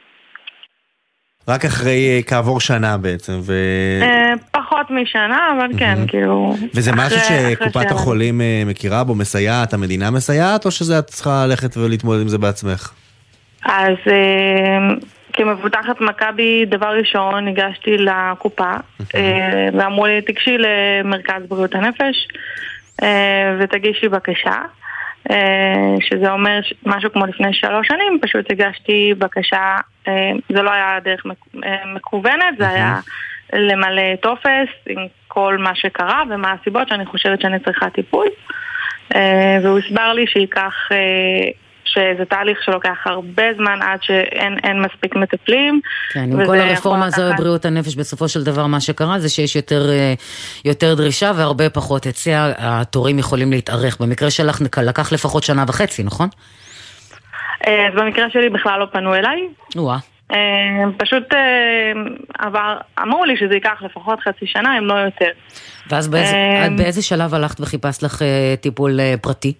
רק אחרי כעבור שנה בעצם. ו... פחות משנה, אבל כן, כאילו... וזה משהו שקופת החולים מכירה בו, מסייעת, המדינה מסייעת, או שזה את צריכה ללכת ולהתמודד עם זה בעצמך? אז כמבוטחת מכבי, דבר ראשון, ניגשתי לקופה, ואמרו לי, תגשי למרכז בריאות הנפש, ותגישי בקשה. שזה אומר משהו כמו לפני שלוש שנים, פשוט הגשתי בקשה, זה לא היה דרך מקוונת, זה היה למלא טופס עם כל מה שקרה ומה הסיבות שאני חושבת שאני צריכה טיפול, והוא הסבר לי שיקח, שזה תהליך שלוקח הרבה זמן עד שאין מספיק מטפלים. כן, עם כל הרפורמה הזו בבריאות הנפש, בסופו של דבר מה שקרה זה שיש יותר, יותר דרישה והרבה פחות היצע, התורים יכולים להתארך. במקרה שלך לקח לפחות שנה וחצי, נכון? אז במקרה שלי בכלל לא פנו אליי. וואה. פשוט עבר, אמרו לי שזה ייקח לפחות חצי שנה, אם לא יותר. ואז באיזה, באיזה שלב הלכת וחיפשת לך טיפול פרטי?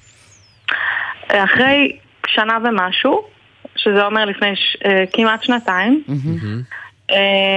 אחרי שנה ומשהו, שזה אומר לפני ש... כמעט שנתיים, mm-hmm.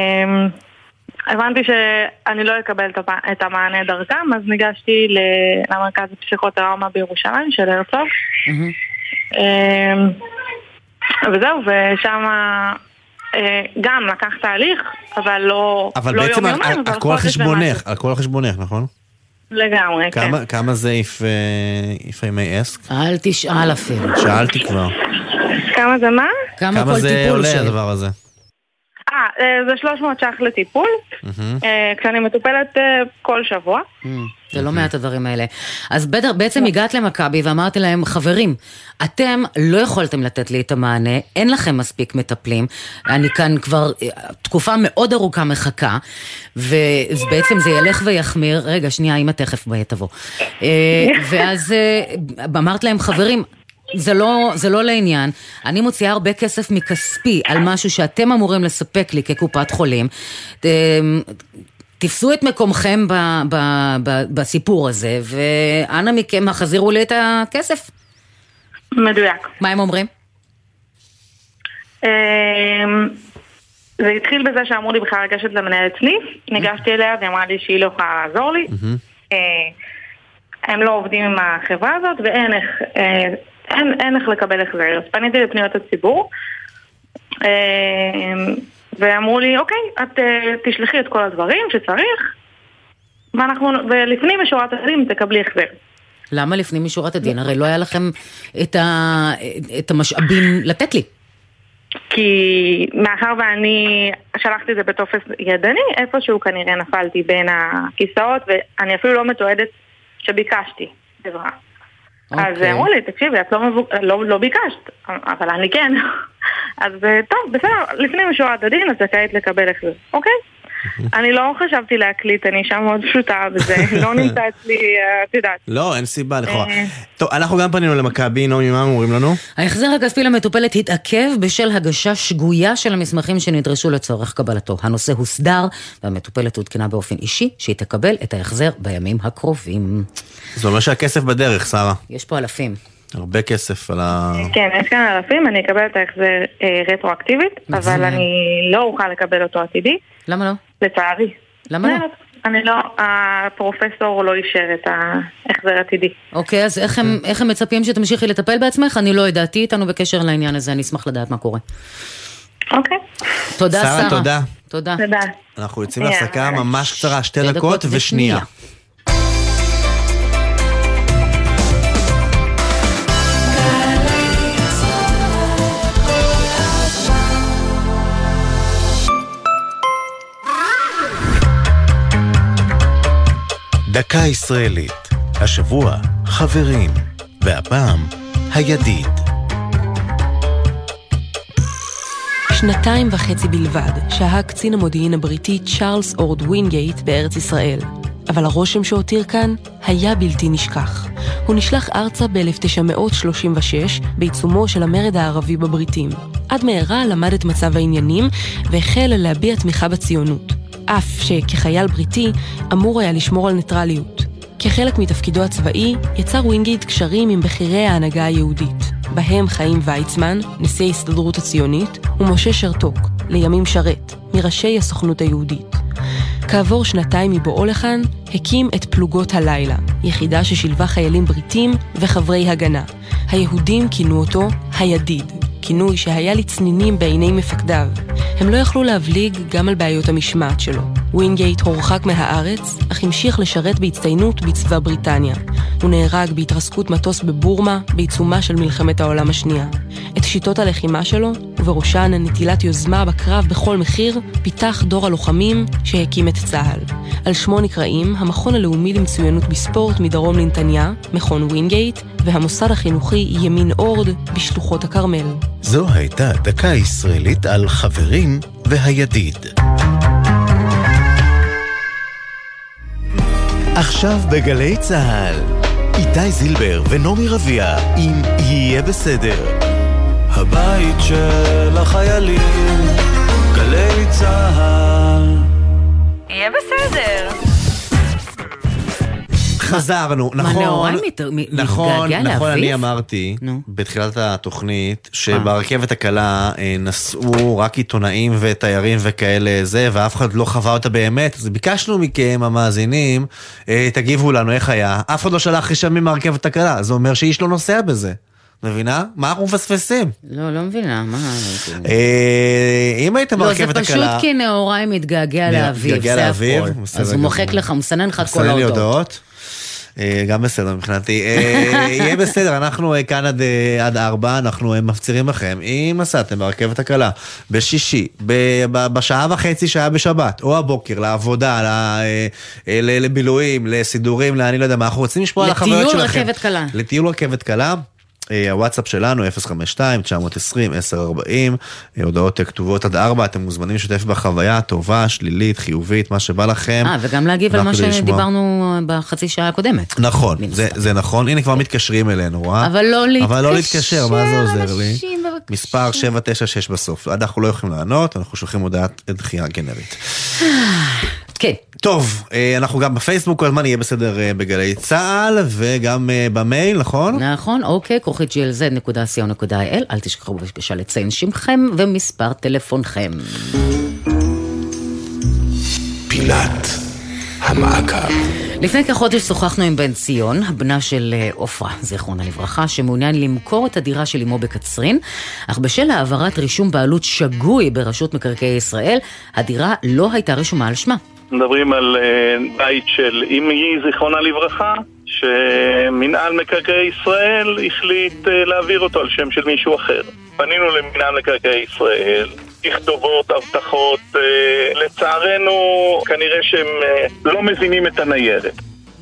הבנתי שאני לא אקבל את המענה דרכם, אז ניגשתי למרכז הפסיכוטראומה בירושלים של הרצוג, mm-hmm. וזהו, ושם גם לקח תהליך, אבל לא אבל לא בעצם יום על, יום, על כל חשבונך, על כל חשבונך, נכון? לגמרי, כמה, כן. כמה זה if, uh, if I may ask? אל תשאל אפילו. שאלתי כבר. כמה זה מה? כמה, כמה כל זה טיפול עולה של... הדבר הזה? אה, זה שלוש מאות ש"ח לטיפול, Mm-hmm. כשאני מטופלת כל שבוע. Mm, זה לא מעט הדברים האלה. אז בעצם הגעת למכבי ואמרתי להם, חברים, אתם לא יכולתם לתת לי את המענה, אין לכם מספיק מטפלים, אני כאן כבר תקופה מאוד ארוכה מחכה, ובעצם זה ילך ויחמיר, רגע, שנייה, אמא תכף תבוא. ואז אמרת להם, חברים, זה לא, זה לא לעניין. אני מוציאה הרבה כסף מכספי על משהו שאתם אמורים לספק לי כקופת חולים. תפסו את מקומכם ב, ב, ב, בסיפור הזה, ואנה מכם החזירו לי את הכסף. מדויק. מה הם אומרים? זה התחיל בזה שאמרו לי בכלל לגשת למנהלת סניף, ניגשתי אליה ואמרה לי שהיא לא יכולה לעזור לי. הם לא עובדים עם החברה הזאת ואין איך... אין, אין איך לקבל החזר. אז פניתי לפניות הציבור, ואמרו לי, אוקיי, את תשלחי את כל הדברים שצריך, ואנחנו, ולפני משורת הדין תקבלי החזר. למה לפני משורת הדין? הרי לא היה לכם את, ה, את המשאבים לתת לי. כי מאחר ואני שלחתי את זה בטופס ידני, איפשהו כנראה נפלתי בין הכיסאות, ואני אפילו לא מתועדת שביקשתי דבר. אז אמרו לי, תקשיבי, את לא ביקשת, אבל אני כן. אז טוב, בסדר, לפני משורת הדין, את זכאית לקבל החזר. אוקיי? אני לא חשבתי להקליט, אני אישה מאוד פשוטה בזה, לא נמצא אצלי, את יודעת. לא, אין סיבה, לכאורה. טוב, אנחנו גם פנינו למכבי, נעמי, מה אומרים לנו? ההחזר הכספי למטופלת התעכב בשל הגשה שגויה של המסמכים שנדרשו לצורך קבלתו. הנושא הוסדר, והמטופלת הותקנה באופן אישי, שהיא תקבל את ההחזר בימים הקרובים. זה אומר שהכסף בדרך, שרה. יש פה אלפים. הרבה כסף על ה... כן, יש כאן אלפים, אני אקבל את ההחזר רטרואקטיבית, אבל אני לא אוכל לקבל אותו עתידי. למה לא? לצערי. למה לא? אני לא, הפרופסור לא אישר את ההחזר עתידי. אוקיי, אז איך הם, איך הם מצפים שתמשיכי לטפל בעצמך? אני לא ידעתי איתנו בקשר לעניין הזה, אני אשמח לדעת מה קורה. אוקיי. תודה, שרה. שרה, תודה. תודה. תודה. אנחנו יוצאים להפסקה ממש קצרה, שתי דקות ושנייה. דקה ישראלית, השבוע חברים, והפעם הידיד. שנתיים וחצי בלבד שהה קצין המודיעין הבריטי צ'ארלס אורד ווינגייט בארץ ישראל. אבל הרושם שהותיר כאן היה בלתי נשכח. הוא נשלח ארצה ב-אלף תשע מאות שלושים ושש בעיצומו של המרד הערבי בבריטים. עד מהרה למד את מצב העניינים והחל להביע תמיכה בציונות. אף שכחייל בריטי אמור היה לשמור על ניטרליות. כחלק מתפקידו הצבאי, יצר ווינגייט קשרים עם בכירי ההנהגה היהודית, בהם חיים ויצמן, נשיא ההסתדרות הציונית, ומשה שרתוק, לימים שרת, מראשי הסוכנות היהודית. כעבור שנתיים מבואו לכאן, הקים את פלוגות הלילה, יחידה ששילבה חיילים בריטים וחברי הגנה. היהודים כינו אותו הידיד, כינוי שהיה לצנינים בעיני מפקדיו. הם לא יכלו להבליג גם על בעיות המשמעת שלו. ווינגייט הורחק מהארץ, אך המשיך לשרת בהצטיינות בצבא בריטניה. הוא נהרג בהתרסקות מטוס בבורמה, בעיצומה של מלחמת העולם השנייה. את שיטות הלחימה שלו, ובראשן נטילת יוזמה בקרב בכל מחיר, פיתח דור הלוחמים שהקים את צה"ל. על שמו נקראים המכון הלאומי למצוינות בספורט מדרום לנתניה, מכון ווינגייט, והמוסד החינוכי ימין אורד בשלוחות הכרמל. זו הייתה דקה ישראלית על חברים והידיד. עכשיו בגלי צהל, איתי זילבר ונומי רביע עם יהיה בסדר. הבית של החיילים, גלי צהל. יהיה בסדר. חזרנו, נכון, נכון, נכון, אני אמרתי בתחילת התוכנית שברכבת הקלה נסעו רק עיתונאים ותיירים וכאלה זה, ואף אחד לא חווה אותה באמת, אז ביקשנו מכם, המאזינים, תגיבו לנו איך היה, אף אחד לא שלח רשמים מהרכבת הקלה, זה אומר שאיש לא נוסע בזה. מבינה? מה אנחנו מפספסים? לא, לא מבינה, מה? אם הייתם ברכבת הקלה... לא, זה פשוט כי נאורי מתגעגע לאביב, זה הכל. אז הוא מוחק לך, הוא מסנן לך את כל ההודעות. גם בסדר מבחינתי. יהיה בסדר, אנחנו כאן עד ארבע, אנחנו מפצירים בכם. אם נסעתם ברכבת הקלה, בשישי, בשעה וחצי שהיה בשבת, או הבוקר, לעבודה, לבילויים, לסידורים, אני לא יודע מה, אנחנו רוצים לשמוע על החוויות שלכם. לטיול רכבת קלה. לטיול רכבת קלה. הוואטסאפ שלנו אפס חמש שתיים תשע עשרים עשר ארבעים, הודעות כתובות עד ארבע, אתם מוזמנים לשתף בחוויה טובה, שלילית, חיובית, מה שבא לכם. אה, וגם להגיב על מה שדיברנו בחצי שעה הקודמת. נכון, זה, זה נכון, הנה כבר מתקשרים אלינו, רואה? אבל לא להתקשר, אבל לא להתקשר, מה זה עוזר לי? מספר שבע תשע שש בסוף, אנחנו לא יכולים לענות, אנחנו שולחים הודעת דחייה גנרית. כן. טוב, אנחנו גם בפייסבוק, כל הזמן יהיה בסדר בגלי צהל, וגם במייל, נכון? נכון, אוקיי, כרוכית ג'י אל זד נקודה סי או נקודה איי אל, אל תשכחו בבקשה לציין שמכם ומספר טלפונכם. פינת המעקב. לפני כחודש שוחחנו עם בן ציון, הבנה של אופרה, זיכרונה לברכה, שמעוניין למכור את הדירה של אמו בקצרין, אך בשל העברת רישום בעלות שגוי ברשות מקרקעי ישראל, הדירה לא הייתה רשומה על שמה. מדברים על בית של אמי זיכרונה לברכה, שמנהל מקרקעי ישראל החליט להעביר אותו על שם של מישהו אחר. פנינו למנהל מקרקעי ישראל, תכתובות, הבטחות, לצערנו כנראה שהם לא מבינים את הניירת.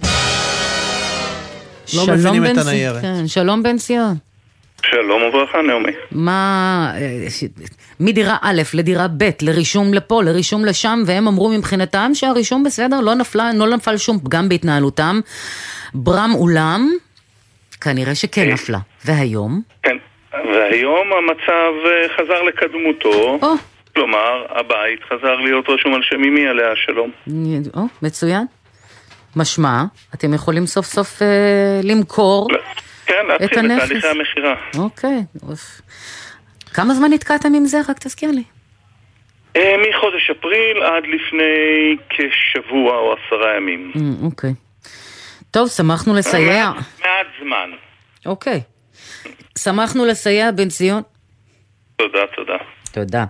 לא מבינים את הניירת. שלום בן ציון. שלום וברכה, נעמי. מה, מדירה א' לדירה ב', לרישום לפה, לרישום לשם, והם אמרו מבחינתם שהרישום בסדר, לא נפלה, לא נפל שום פגם בהתנהלותם. ברם אולם, כנראה שכן נפלה. והיום? כן, והיום המצב חזר לקדמותו. או. כלומר, הבית חזר להיות רשום על שם אמי עליה שלום. או, מצוין. משמע, אתם יכולים סוף סוף אה, למכור... לא. כן, להתחיל בתהליכי המחירה. אוקיי. כמה זמן נתקעתם עם זה? רק תזכיר לי. מחודש אפריל עד לפני כשבוע או עשרה ימים. אוקיי. טוב, שמחנו לסייע. מעט זמן. אוקיי. שמחנו לסייע, בן ציון. תודה, תודה. תודה.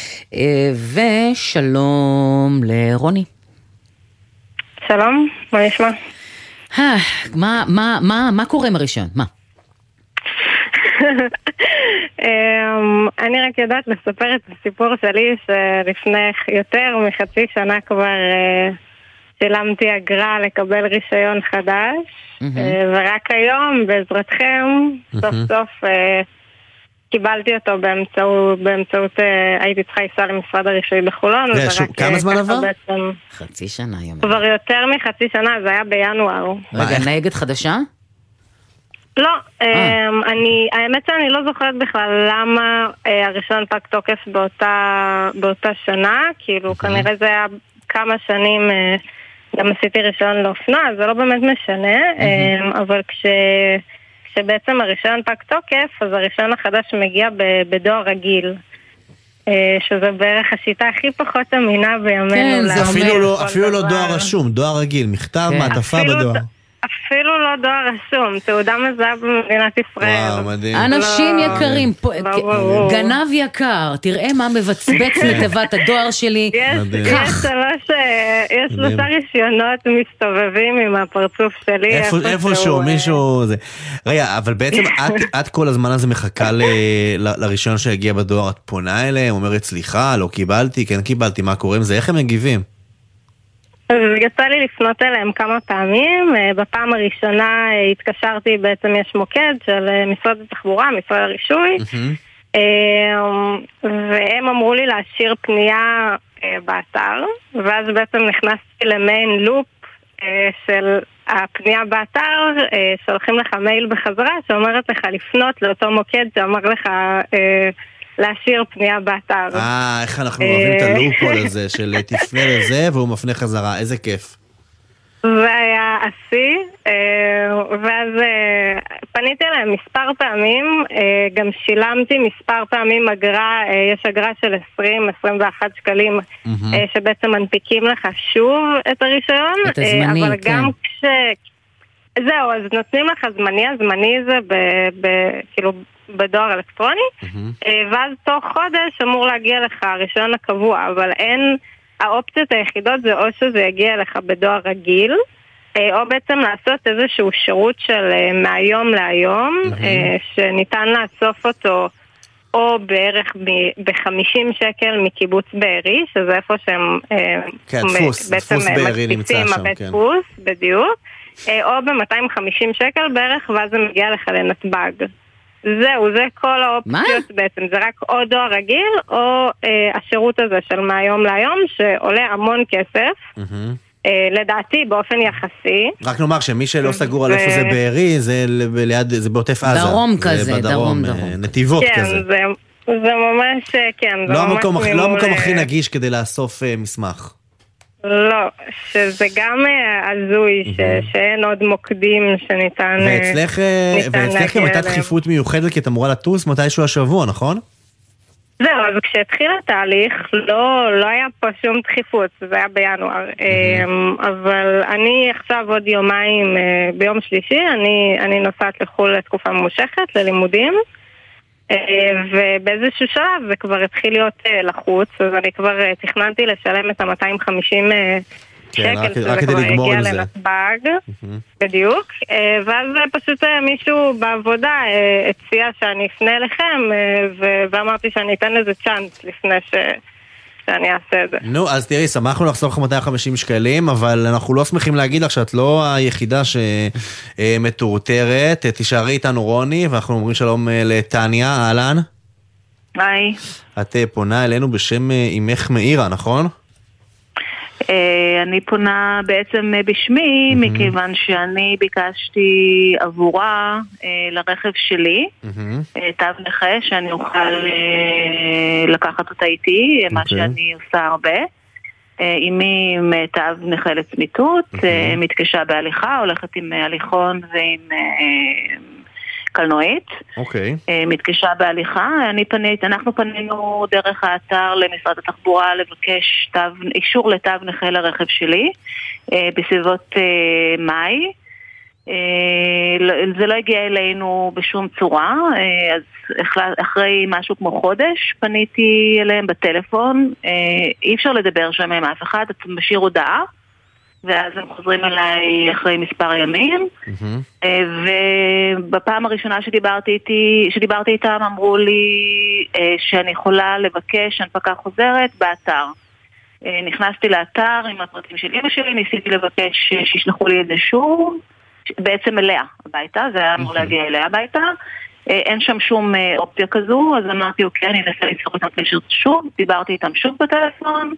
ושלום לרוני. שלום, מה נשמע? מה, מה, מה, מה קורה עם הראשון? מה? אני רק יודעת לספר את הסיפור שלי שלפני יותר מחצי שנה כבר שילמתי אגרה לקבל רישיון חדש, ורק היום בעזרתכם סוף סוף קיבלתי אותו באמצעות, הייתי צריכה לנסוע למשרד הרישוי בחולון. כמה זמן עבר? חצי שנה. כבר יותר מחצי שנה, זה היה בינואר. רגע, נהגת חדשה? לא, האמת שאני לא זוכרת בכלל למה הרישיון פג תוקף באותה שנה, כאילו כנראה זה היה כמה שנים גם עשיתי רישיון לאופנה, זה לא באמת משנה, אבל כש... כשבעצם הרישיון פג תוקף, אז הרישיון החדש מגיע בדואר רגיל. שזה בערך השיטה הכי פחות אמינה בימינו. כן, זה אומר... אפילו לא דואר רשום, דואר רגיל, מכתב, מעטפה בדואר. אפילו לא דואר רשום, תעודה מזהה במדינת ישראל. וואו, מדהים. אנשים יקרים, גנב יקר, תראה מה מבצבץ לתיבת הדואר שלי. יש שלושה רישיונות מסתובבים עם הפרצוף שלי. איפשהו, מישהו... רגע, אבל בעצם את כל הזמן הזה מחכה לרישיון שהגיע בדואר, את פונה אליהם, אומרת סליחה, לא קיבלתי, כן קיבלתי, מה קורה עם זה, איך הם מגיבים? אז יצא לי לפנות אליהם כמה פעמים. בפעם הראשונה התקשרתי, בעצם יש מוקד של משרד התחבורה, משרד הרישוי, והם אמרו לי להשאיר פנייה באתר, ואז בעצם נכנסתי למיין לופ של הפנייה באתר, שולחים לך מייל בחזרה שאומרת לך לפנות לאותו מוקד שאמר לך להשאיר פנייה באתר. אה, איך אנחנו אוהבים את הלופול הזה של תפנה לזה והוא מפנה חזרה, איזה כיף. זה היה עשי, ואז פניתי אליהם מספר פעמים, גם שילמתי מספר פעמים אגרה, יש אגרה של עשרים עד עשרים ואחת שקלים, שבעצם מנפיקים לך שוב את הרישיון, את הזמני, אבל כן. גם כש... זהו, אז נותנים לך זמני, הזמני זה כאילו בדואר אלקטרוני, ואז תוך חודש אמור להגיע לך הרישיון הקבוע, אבל אין, האופציות היחידות זה או שזה יגיע לך בדואר רגיל, או בעצם לעשות איזשהו שירות של מהיום להיום, שניתן לאסוף אותו או בערך ב-חמישים שקל מקיבוץ בארי, שזה איפה שהם בעצם מקפיצים הבית דפוס, בדיוק, או ב-מאתיים וחמישים שקל בערך, ואז זה מגיע לך לנתב"ג. זהו, זה כל האופציות בעצם, זה רק או דואר רגיל, או אה, השירות הזה של מהיום להיום, שעולה המון כסף, אה, לדעתי באופן יחסי. רק נאמר שמי שלא סגור על איפה זה בארי, זה ליד, זה בעוטף עזה. דרום כזה, דרום, דרום. נתיבות כן, כזה. זה, זה ממש, כן. זה לא ממש המקום, ממול... לא המקום הכי נגיש כדי לאסוף uh, מסמך. לא, שזה גם הזוי, ש- שאין עוד מוקדים שניתן ואצלך, ואצלך גם הייתה דחיפות מיוחדת, כי את אמורה לטוס מתישהו השבוע, נכון? זהו, אז כשהתחיל התהליך, לא, לא היה פה שום דחיפות, זה היה בינואר. אבל אני עכשיו עוד יומיים, ביום שלישי, אני, אני נוסעת לחול לתקופה ממושכת, ללימודים, ובאיזשהו שלב זה כבר התחיל להיות לחוץ, אז אני כבר תכננתי לשלם את ה-מאתיים וחמישים שקל, שזה כבר הגיע לנתב"ג, בדיוק, ואז פשוט מישהו בעבודה הציע שאני אפנה אליכם, ואמרתי שאני אתן לזה צ'אנס לפני ש... שאני אעשה את זה. נו, אז תראי, שמחנו לחסוך מאתיים וחמישים שקלים, אבל אנחנו לא שמחים להגיד לך שאת לא היחידה שמטורטרת. תישארי איתנו רוני, ואנחנו אומרים שלום לטניה, אהלן. היי. את פונה אלינו בשם אמך מאירה, נכון? אני פונה בעצם בשמי, מכיוון שאני ביקשתי עבורה לרכב שלי, תו נכה, שאני אוכל לקחת אותה איתי, מה שאני עושה הרבה. אמי עם תו נכה לצמיתות, מתקשה בהליכה, הולכת עם הליכון ועם קלנועית. אוקיי. מתקשה בהליכה. אני פנית, אנחנו פנינו דרך האתר למשרד התחבורה לבקש תו, אישור לתו נכה לרכב שלי, בסביבות מאי. זה לא הגיע אלינו בשום צורה, אז אחרי משהו כמו חודש פניתי אליהם בטלפון, אי אפשר לדבר שם עם אף אחד, אתה משאיר הודעה, ואז הם חוזרים אליי אחרי מספר ימים, ובפעם הראשונה שדיברתי איתי, שדיברתי איתם אמרו לי שאני יכולה לבקש הנפקה חוזרת באתר. נכנסתי לאתר עם הפרטים של אמא שלי, ניסיתי לבקש שישלחו לי את זה שוב, בעצם אליה הביתה, זה היה אמור להגיע אליה הביתה, אין שם שום אופציה כזו, אז אמרתי אוקיי, אני אנסה ליצור איתם קשר שוב, דיברתי איתם שוב בטלפון,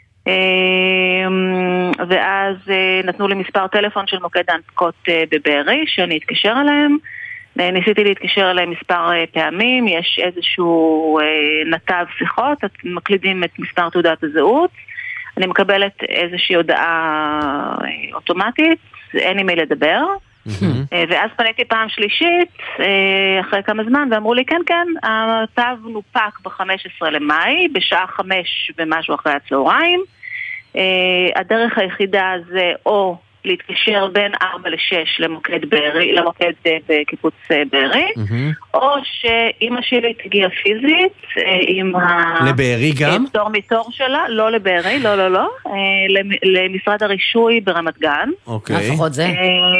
ואז נתנו לי מספר טלפון של מוקד ההנפקות בבארי, שאני אתקשר אליהם, ניסיתי להתקשר אליהם מספר פעמים, יש איזשהו נתב שיחות, מקלידים את מספר תעודת הזהות, אני מקבלת איזושהי הודעה אוטומטית, אין עם מי לדבר, ואז פניתי פעם שלישית, אחרי כמה זמן, ואמרו לי, כן, כן, התו נופק ב-חמישה עשר למאי, בשעה חמש ומשהו אחרי הצהריים, הדרך היחידה זה או להתקשר בין ארבע לשש למוקד בארי, למוקד בקיבוץ בארי, או שאמא שלי תגיע פיזית עם לבארי גם? הפטור מתור שלה, לא לבארי, לא, לא, לא, למשרד הרישוי ברמת גן. אוקיי. לפחות זה.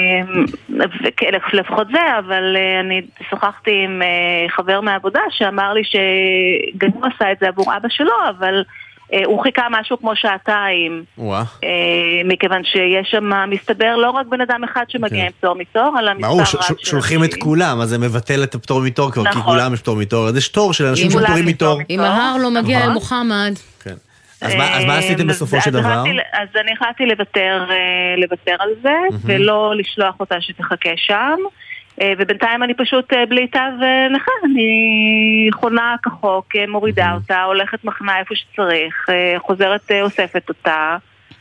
לפחות זה, אבל אני שוחחתי עם חבר מהעבודה שאמר לי שגם הוא עשה את זה עבור אבא שלו, אבל הוא חיכה משהו כמו שעתיים, מכיוון שיש שם מסתבר לא רק בן אדם אחד שמגיע עם פטור מתור, אלא מספר רב של אנשים. שולחים את כולם, אז זה מבטל את הפטור מתור, כי כולם יש פטור מתור, אז יש תור של אנשים שפטורים מתור. אם ההר לא מגיע אל מוחמד. אז מה עשיתם בסופו של דבר? אז אני החלטתי לוותר על זה, ולא לשלוח אותה שתחכה שם. ובינתיים אני פשוט בלי תו נכה, אני חונה כחוק, מורידה אותה, הולכת מחנה איפה שצריך, חוזרת אוספת אותה.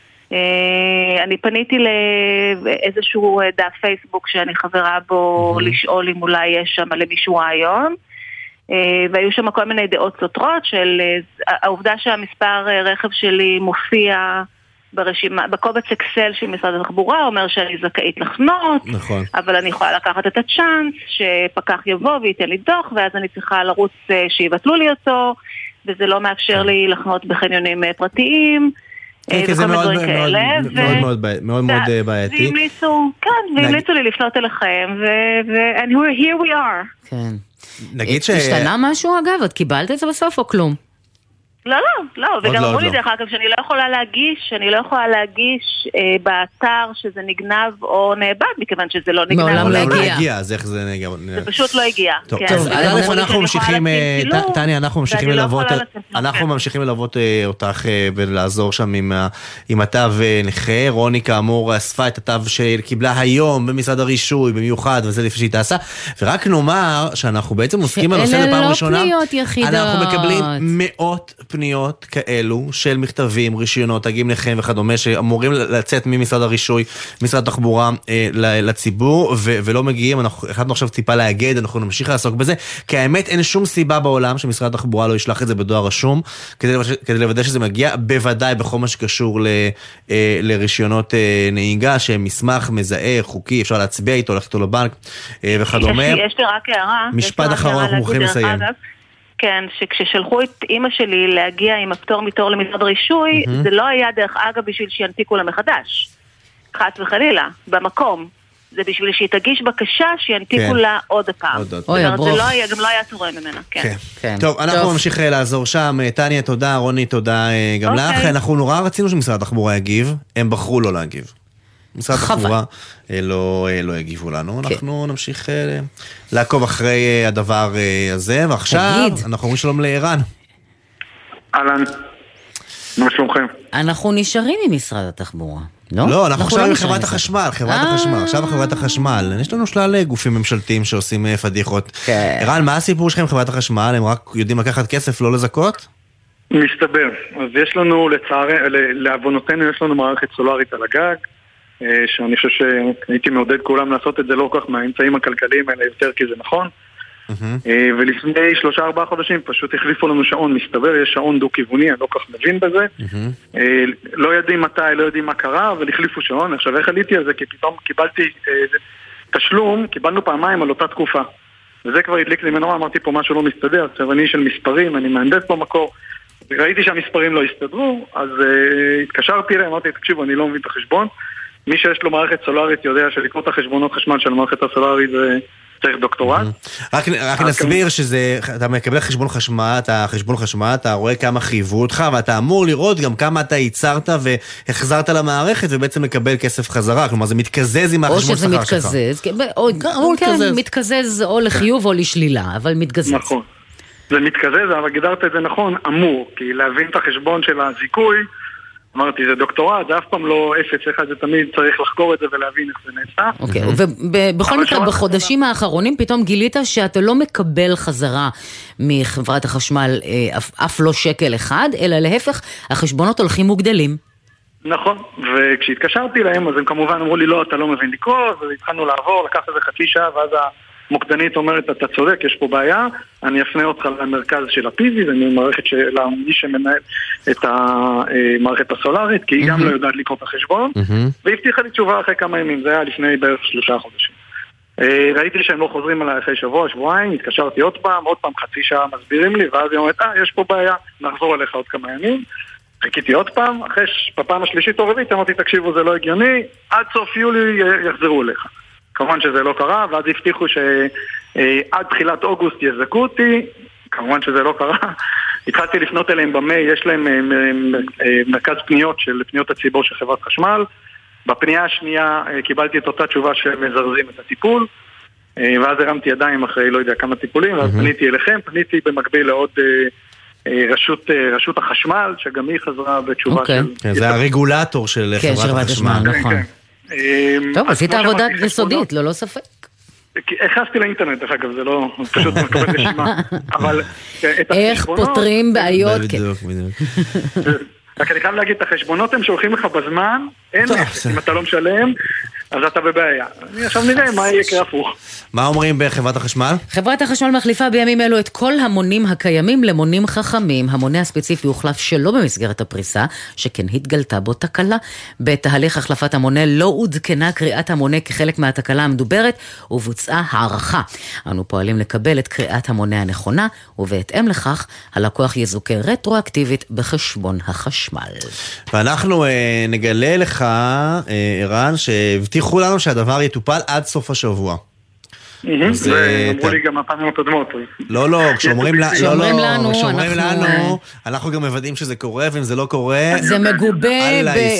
אני פניתי לאיזשהו דף פייסבוק שאני חברה בו לשאול אם אולי יש שם למישהו רעיון, והיו שם כל מיני דעות סותרות של העובדה שהמספר רכב שלי מופיע ברשימה, בקובץ אקסל של משרד התחבורה, אומר שאני זכאית לחנות, נכון. אבל אני יכולה לקחת את הצ'אנס שפקח יבוא וייתן לי דוח, ואז אני צריכה לרוץ שיבטלו לי אותו, וזה לא מאפשר לי לחנות בחניונים פרטיים, וכל מיני דברים כאלה. מאוד מאוד בעייתי. והמליצו, כן, והמליצו לי לפנות אליכם, and here we are. כן. נגיד ש... השתנה משהו אגב? את קיבלת את זה בסוף או כלום? לא, לא, לא, וגם אמרו לי דרך אגב שאני לא יכולה להגיש, אני לא יכולה להגיש אה, באתר שזה נגנב או נאבד, מכיוון שזה לא נגנב. מעולם לא הגיע. אז איך זה נגיע? זה פשוט לא הגיע. טוב, אנחנו ממשיכים, טניה, אנחנו ממשיכים ללוות, אנחנו ממשיכים ללוות אותך ולעזור שם עם התו נכה. רוני כאמור אספה את התו שקיבלה היום במשרד הרישוי, במיוחד, וזה לפי שהיא תעשה. ורק נאמר שאנחנו בעצם עוסקים בנושא לפעם ראשונה. אלה לא פניות יחידות. אנחנו מקבלים מאות פניות כאלו של מכתבים, רישיונות, תגים לכם וכדומה, שאמורים לצאת ממשרד הרישוי, משרד התחבורה אה, לציבור, ו- ולא מגיעים. אנחנו החלטנו עכשיו טיפה להגד, אנחנו נמשיך לעסוק בזה, כי האמת אין שום סיבה בעולם שמשרד התחבורה לא ישלח את זה בדואר רשום, כדי, כדי לוודא שזה מגיע, בוודאי בכל מה שקשור ל, אה, לרישיונות אה, נהיגה, שהם מסמך מזהה, חוקי, אפשר להצביע איתו, ללכת איתו לבנק אה, וכדומה. יש, יש לי רק הערה. משפט אחרון, אנחנו מוכנים לסיים. כן, שכששלחו את אמא שלי להגיע עם הפטור מתור למשרד רישוי, זה לא היה דרך אגב בשביל שינפיקו לה מחדש. חס וחלילה, במקום. זה בשביל שהיא תגיש בקשה שינפיקו לה עוד הפעם. אוי, הברוך. זה לא היה, גם לא היה תורם ממנה, כן. טוב, אנחנו נמשיך לעזור שם. טניה, תודה, רוני, תודה גם לך. אנחנו נורא רצינו שמשרד התחבורה יגיב, הם בחרו לא להגיב. משרד התחבורה לא, לא יגיבו לנו. אנחנו נמשיך לעקוב אחרי הדבר הזה, ועכשיו אנחנו אומרים שלום לערן. אהלן, מה שלומכם? אנחנו נשארים עם משרד התחבורה, לא? לא, אנחנו עכשיו עם חברת החשמל, חברת החשמל, עכשיו חברת החשמל. יש לנו שלל גופים ממשלתיים שעושים פדיחות. ערן, מה הסיפור שלכם עם חברת החשמל? הם רק יודעים לקחת כסף, לא לזכות? מסתבר. אז יש לנו, לצערי, לעוונותינו יש לנו מערכת סולארית על הגג, שאני חושב שהייתי מעודד כולם לעשות את זה לא כל כך מהאמצעים הכלכליים האלה יותר, כי זה נכון. ולפני שלושה ארבעה חודשים פשוט החליפו לנו שעון. מסתבר, יש שעון דו-כיווני, אני לא כך מבין בזה. לא יודעים מתי, לא יודעים מה קרה, אבל החליפו שעון. עכשיו איך עליתי על זה? כי פתאום קיבלתי תשלום, קיבלנו פעמיים על אותה תקופה, וזה כבר הדליק לי מנורה. אמרתי פה משהו לא מסתדר. עכשיו אני של מספרים, אני מהנדס במקור, ראיתי שהמספרים לא הסתדרו, אז התקשרתי אליהם, אמרתי, תקשיבו, אני לא מבין את החשבון. מי שיש לו מערכת סולארית יודע שלקרוא את החשבונות חשמל של המערכת הסולארית זה צריך דוקטורט. רק, רק נסביר שזה, אתה מקבל חשבון חשמל, אתה חשבון חשמל, אתה רואה כמה חייבו אותך, ואתה אמור לראות גם כמה אתה ייצרת והחזרת למערכת, ובעצם מקבל כסף חזרה. כלומר, זה מתקזז עם החשבון שכר שלך. או שזה מתקזז, או, או, כן, מתקזז או לחיוב או לשלילה, אבל מתקזז. נכון. זה מתקזז, אבל גדרת את זה נכון, אמור, כי להבין את החשבון של הזיכוי, אמרתי, זה דוקטורט, זה אף פעם לא אפס אחד, זה תמיד צריך לחקור את זה ולהבין איך זה נעשה. אוקיי, ובכל מקרה, בחודשים האחרונים פתאום גילית שאתה לא מקבל חזרה מחברת החשמל אף לא שקל אחד, אלא להפך, החשבונות הולכים וגדלים. נכון, וכשהתקשרתי להם, אז הם כמובן אמרו לי, לא, אתה לא מבין לקרוא, אז התחלנו לעבור, לקח איזה חצי שעה, ואז המוקדנית אומרת, אתה צודק, יש פה בעיה, אני אפנה אותך למרכז של הפיזי, זה מערכת של מי שמנהל את המערכת הסולרית, כי היא גם לא יודעת לקרוא את החשבון, והבטיחה לי תשובה אחרי כמה ימים, זה היה לפני בערך שלושה חודשים. ראיתי שהם לא חוזרים עליי אחרי שבוע, שבועיים, התקשרתי עוד פעם, עוד פעם חצי שעה מסבירים לי, ואז היא אומרת, אה, יש פה בעיה, נחזור אליך עוד כמה ימים. חיכיתי עוד פעם, אחרי בפעם השלישית או רביעית, אמרתי, תקשיבו, זה לא הגיוני, עד סוף יולי יחזרו אליך. כמובן שזה לא קרה, ואז הבטיחו שעד תחילת אוגוסט יזכו אותי, כמובן שזה לא קרה. התחלתי לפנות אליהם במייל, יש להם מרכז פניות של פניות הציבור של חברת חשמל. בפנייה השנייה קיבלתי את אותה תשובה שמזרזים את הטיפול, ואז הרמתי ידיים אחרי לא יודע כמה טיפולים, ואז פניתי אליכם, פניתי במקביל לעוד רשות, רשות החשמל, שגם היא חזרה בתשובה של... זה הרגולטור של חברת החשמל. נכון. טוב, עשית עבודה יסודית, ללא ספק. הכנסתי לאינטרנט, דרך אגב, זה לא פשוט מקבל רשימה. אבל... איך פותרים בעיות? בדיוק, בדיוק. רק אני חייב להגיד, את החשבונות הם שולחים לך בזמן, אין, אם אתה לא משלם, אז אתה בבעיה. אני עכשיו נראה מה יהיה כהפוך. מה אומרים בחברת החשמל? חברת החשמל מחליפה בימים אלו את כל המונים הקיימים למונים חכמים. המונה הספציפי הוחלף שלא במסגרת הפריסה, שכן התגלתה בו תקלה. בתהליך החלפת המונה לא עודכנה קריאת המונה כחלק מהתקלה המדוברת, ובוצעה הערכה. אנו פועלים לקבל את קריאת המונה הנכונה, ובהתאם לכך, הלקוח יזוכה רטרואקטיבית בחשבון החשמל. ואנחנו אה, נגלה לך, אה, ערן, שהבטיחו לנו שהדבר יטופל עד סוף השבוע. ואמרו לי גם הפעמים הקודמות. לא, לא, כשאומרים לנו, כשאומרים לנו, אנחנו גם מוודאים שזה קורה, ואם זה לא קורה, זה מגובה,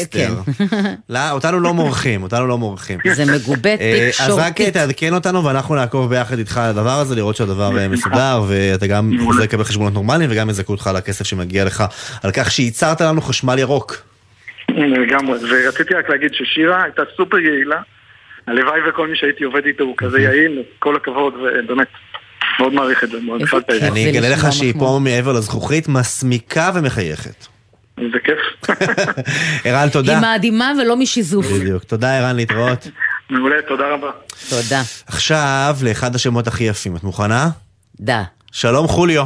אותנו לא מורחים, אותנו לא מורחים. זה מגובה תקשורתית. אז רק תעדכן אותנו, ואנחנו נעקוב ביחד איתך על הדבר הזה, לראות שהדבר מסודר, ואתה גם חוזר לקבל חשבונות נורמליים, וגם יזכו אותך על הכסף שמגיע לך, על כך שייצרת לנו חשמל ירוק. לגמרי, ורציתי רק להגיד ששירה הייתה סופר יעילה, הלוואי וכל מי שהייתי עובד איתו הוא כזה יעיל, כל הכבוד, ובאמת, מאוד מעריך את זה, מאוד קפלת את זה. אני אגלה לך שהיא פה מעבר לזכוכית, מסמיקה ומחייכת. זה כיף. ערן, תודה. היא מאדימה ולא משיזוף. בדיוק, תודה ערן, להתראות. מעולה, תודה רבה. תודה. עכשיו, לאחד השמות הכי יפים, את מוכנה? דה. שלום חוליו.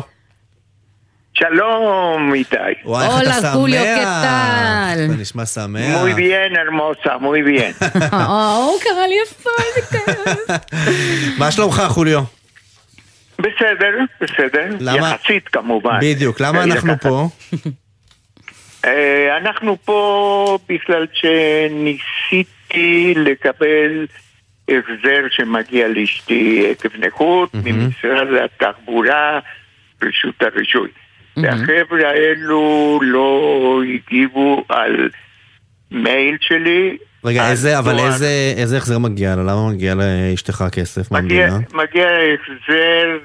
Shalom, Itai. Hola, Julio, ¿qué tal? זה נשמע שמח. Muy bien, hermosa, muy bien. או, קרא לי יפה, איזה כיף. מה שלומך, חוליו? בסדר, בסדר. יחסית כמובן. בדיוק, למה אנחנו פה? אנחנו פה בגלל שניסיתי לקבל החזר שמגיע לאשתי עקב נכות ממשרד התחבורה, רשות הרישוי. והחבר'ה האלו לא הגיבו על מייל שלי. רגע, איזה, אבל איזה, איזה החזר מגיע לה? למה מגיע לאשתך כסף? מגיע, מגיע החזר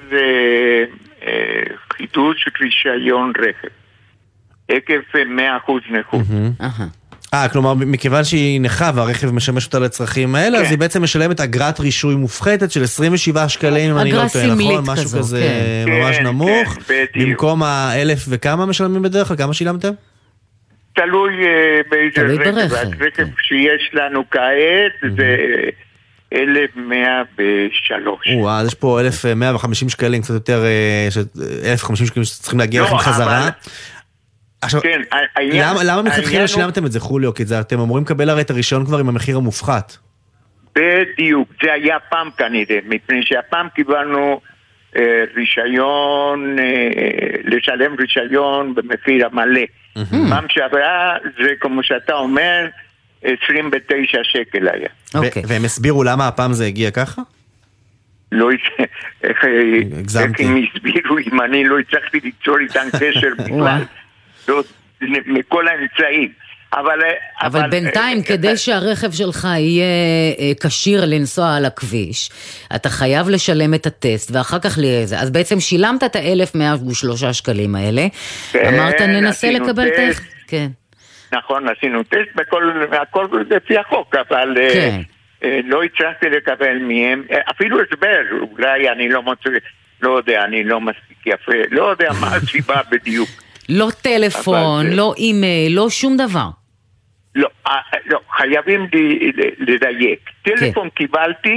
חידוש רישיון רכב. עקב מאה אחוז נכות. אה, כלומר, מכיוון שהיא נכה והרכב משמש אותה לצרכים האלה, אז היא בעצם משלמת אגרת רישוי מופחתת של עשרים ושבעה שקלים, אם אני לא טועה, נכון? משהו כזה ממש נמוך. במקום האלף וכמה משלמים בדרך כלל? כמה שילמתם? תלוי באיזה רכב. הרכב שיש לנו כעת זה אלף מאה ושלוש. וואו, אז יש פה אלף מאה וחמישים שקלים, קצת יותר, אלף וחמישים שקלים שצריכים להגיע לכם חזרה. עכשיו, כן, למה, למה מלכתחילה שילמתם את זה, חוליו? כי אתם אמורים לקבל הרי את הרישיון כבר עם המחיר המופחת. בדיוק, זה היה פעם כנראה, מפני שהפעם קיבלנו אה, רישיון, אה, לשלם רישיון במחיר המלא. פעם שעברה זה כמו שאתה אומר, עשרים ותשע שקל היה. Okay. והם הסבירו למה הפעם זה הגיע ככה? לא, איך הם הסבירו אם אני לא הצלחתי ליצור איתן קשר בכלל. מכל האמצעים. אבל, אבל, אבל בינתיים, uh, כדי uh, שהרכב שלך יהיה uh, קשיר לנסוע על הכביש, אתה חייב לשלם את הטסט, ואחר כך ליזה. אז בעצם שילמת את ה-אלף מאה ושלושה שקלים האלה, כן, אמרת ננסה לקבל טסט. כן. נכון, עשינו טסט, הכל לפי החוק, אבל לא הצלחתי לקבל מהם, אפילו הסבר, אולי אני לא מוצא, לא יודע, אני לא מספיק יפה, לא יודע מה הסיבה בדיוק. לא טלפון, לא אימייל, לא שום דבר. לא, לא, חייבים לדייק. טלפון קיבלתי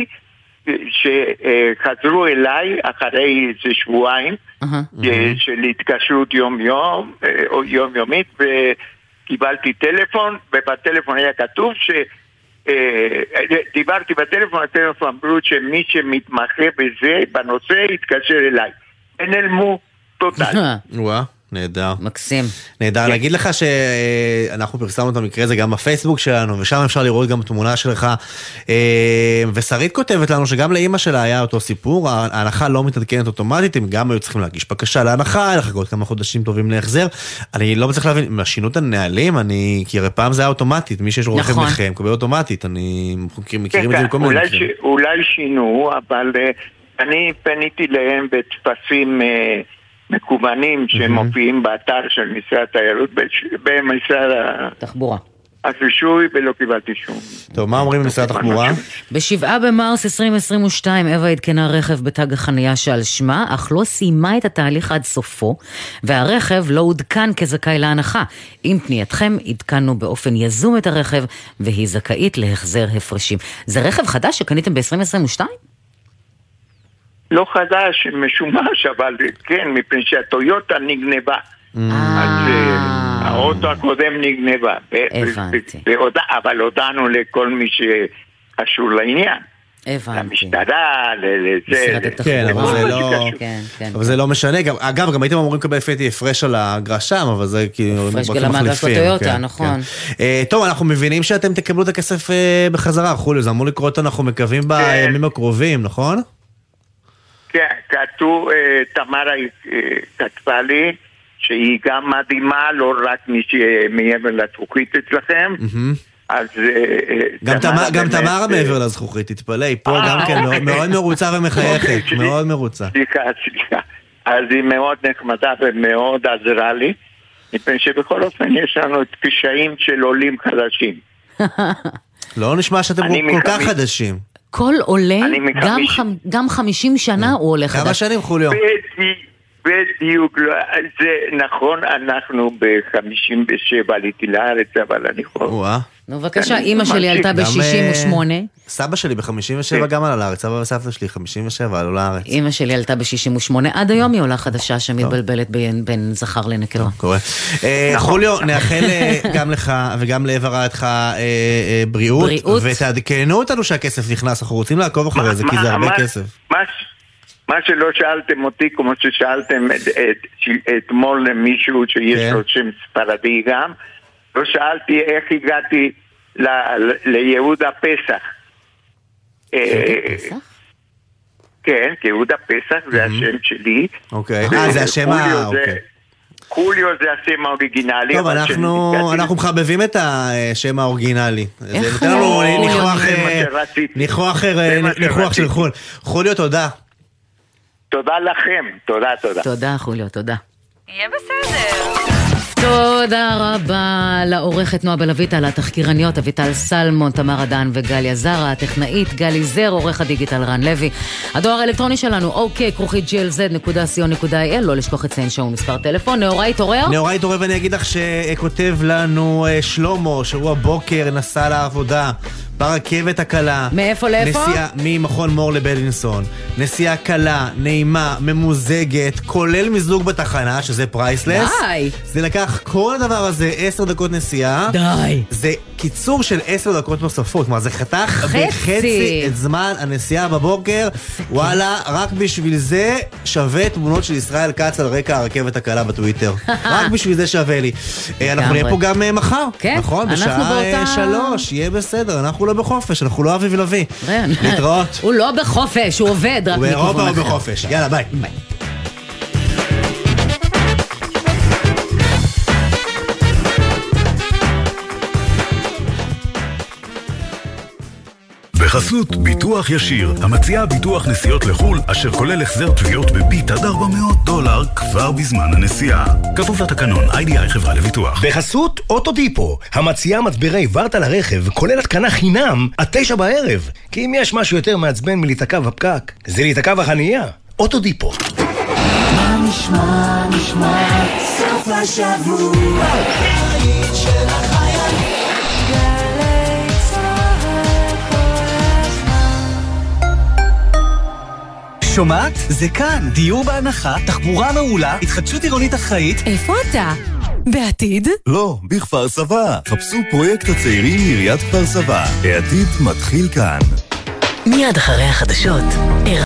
שחזרו אליי אחרי איזה שבועיים של התקשרות יום יום או יום יומית, וקיבלתי טלפון, ובטלפון היה כתוב ש... דיברתי בטלפון, הטלפון אמרו שמי שמתמחה בזה, בנושא, יתקשר אליי. נעלמו טוטל. וואה. נהדר. מקסים. נהדר. להגיד לך שאנחנו פרסמנו את המקרה הזה גם בפייסבוק שלנו, ושם אפשר לראות גם תמונה שלך, ושרית כותבת לנו שגם לאמא שלה היה אותו סיפור, ההנחה לא מתעדכנת אוטומטית, הם גם היו צריכים להגיש בקשה להנחה, לחכות כמה חודשים טובים להחזר. אני לא מצליח להבין, עם השינות הנהלים, אני, כי הרי פעם זה היה אוטומטית, מי שיש רכב נכה, מקבל אוטומטית, אני מכירים את זה בכל מיני מקרים. אולי שינו, אבל אני פניתי להם בטפסים מקוונים שמופיעים באתר של משרד התיירות במשרד התחבורה. הרישוי, ולא קיבלתי שום. טוב, מה אומרים במשרד התחבורה? בשבעה במרס עשרים עשרים ושתיים אווה עדכנה רכב בתג החנייה שעל שמה, אך לא סיימה את התהליך עד סופו, והרכב לא עודכן כזכאי להנחה. עם פנייתכם עדכנו באופן יזום את הרכב, והיא זכאית להחזר הפרשים. זה רכב חדש שקניתם ב-עשרים עשרים ושתיים? לא חדש, משומש, אבל כן, מפני שהטויוטה נגנבה. אז האוטו הקודם נגנבה. הבנתי. אבל הודענו לכל מי שקשור לעניין. הבנתי. למשטרה, לזה. כן, אבל זה לא משנה. אגב, גם הייתם אמורים לקבל לפי הפרש על האגרה שם, אבל זה כאילו... הפרש גלה מהאגרס בטויוטה, נכון. טוב, אנחנו מבינים שאתם תקבלו את הכסף בחזרה, חולי, זה אמור לקרות, אנחנו מקווים בימים הקרובים, נכון? כן, כתוב, תמרה כתבה לי שהיא גם מדהימה, לא רק מי שמעבר לזכוכית אצלכם. אז... גם תמרה מעבר לזכוכית, תתפלא, היא פה גם כן מאוד מרוצה ומחייכת, מאוד מרוצה. סליחה, סליחה. אז היא מאוד נחמדה ומאוד עזרה לי, מפני שבכל אופן יש לנו את קשיים של עולים חדשים. לא נשמע שאתם כל כך חדשים. כל עולה, גם חמישים שנה הוא עולה חדש. כמה שנים חוליו? בדיוק, זה נכון, אנחנו ב-חמישים ושבע עליתי לארץ, אבל אני חושב... נו, בבקשה, אמא שלי עלתה ב-שישים ושמונה. סבא שלי ב-חמישים ושבע גם עלה לארץ, סבא וסבתא שלי חמישים ושבע עלו לארץ. אמא שלי עלתה ב-שישים ושמונה, עד היום היא עולה חדשה שמתבלבלת בין זכר לנקבה. קורה. חוליו, נאחל גם לך וגם לעבר רעייתך בריאות, ותעדכנו אותנו שהכסף נכנס, אנחנו רוצים לעקוב אחרי זה, כי זה הרבה כסף. מה שלא שאלתם אותי, כמו ששאלתם אתמול למישהו שיש לו שם ספרדי גם, לא שאלתי איך הגעתי ליהודה פסח. פסח? כן, יהודה פסח זה השם שלי. אוקיי, אה, זה השם ה... חוליו זה השם האוריגינלי. טוב, אנחנו מחבבים את השם האוריגינלי. זה נותן לנו ניחוח של חול. חוליו, תודה. תודה לכם, תודה, תודה. תודה, חוליו, תודה. יהיה בסדר. תודה רבה לעורכת נועה בלויטה, לתחקירניות אביטל סלמון, תמר עדן וגליה זרה, הטכנאית גלי זר, עורך הדיגיטל רן לוי. הדואר האלקטרוני שלנו, אוקיי, כרוכית ג'י אל זד נקודה סי או נקודה איי אל, לא לשכוח לציין שהוא מספר טלפון. נאורי תורר? נאורי תורר, ואני אגיד לך שכותב לנו שלמה, שהוא הבוקר נסע לעבודה ברכבת הקלה. מאיפה לאיפה? נסיעה ממכון מור לבלינסון. נסיעה קלה, נעימה, ממוזגת, כולל מיזוג בתחנה, שזה פרייסלס. די. זה לקח כל הדבר הזה עשר דקות נסיעה. די. זה קיצור של עשר דקות נוספות. כלומר, זה חתך בחצי את זמן הנסיעה בבוקר. וואלה, רק בשביל זה שווה תמונות של ישראל כץ על רקע הרכבת הקלה בטוויטר. רק בשביל זה שווה לי. אנחנו נהיה פה גם מחר. כן. נכון? בשעה שלוש. יהיה בסדר. אנחנו לא בחופש, אנחנו לא אביב לביא. להתראות. הוא לא בחופש, הוא עובד רק מכיוון אחר. הוא באירופה הוא בחופש. יאללה, ביי. ביי. בחסות ביטוח ישיר, המציע ביטוח נסיעות לחול, אשר כולל החזר תביעות בביט עד ארבע מאות דולר כבר בזמן הנסיעה. כפוף לתקנון, איי די איי חברה לביטוח. בחסות אוטודיפו, המציע מצברי ורטה לרכב, כולל התקנה חינם עד תשע בערב. כי אם יש משהו יותר מעצבן מלהתעכב בפקק, זה להתעכב החנייה. אוטודיפו. מה נשמע, נשמע, סוף השבוע, העיד של החיילים. גלי צהל כל הזמן. שומעת? זה כאן. דיור בהנחה, תחבורה מעולה, התחדשות עירונית אחראית. איפה אתה? בעתיד? לא, בכפר סבא. חפשו פרויקט הצעירים מעיריית כפר סבא. העתיד מתחיל כאן. מיד אחרי החדשות.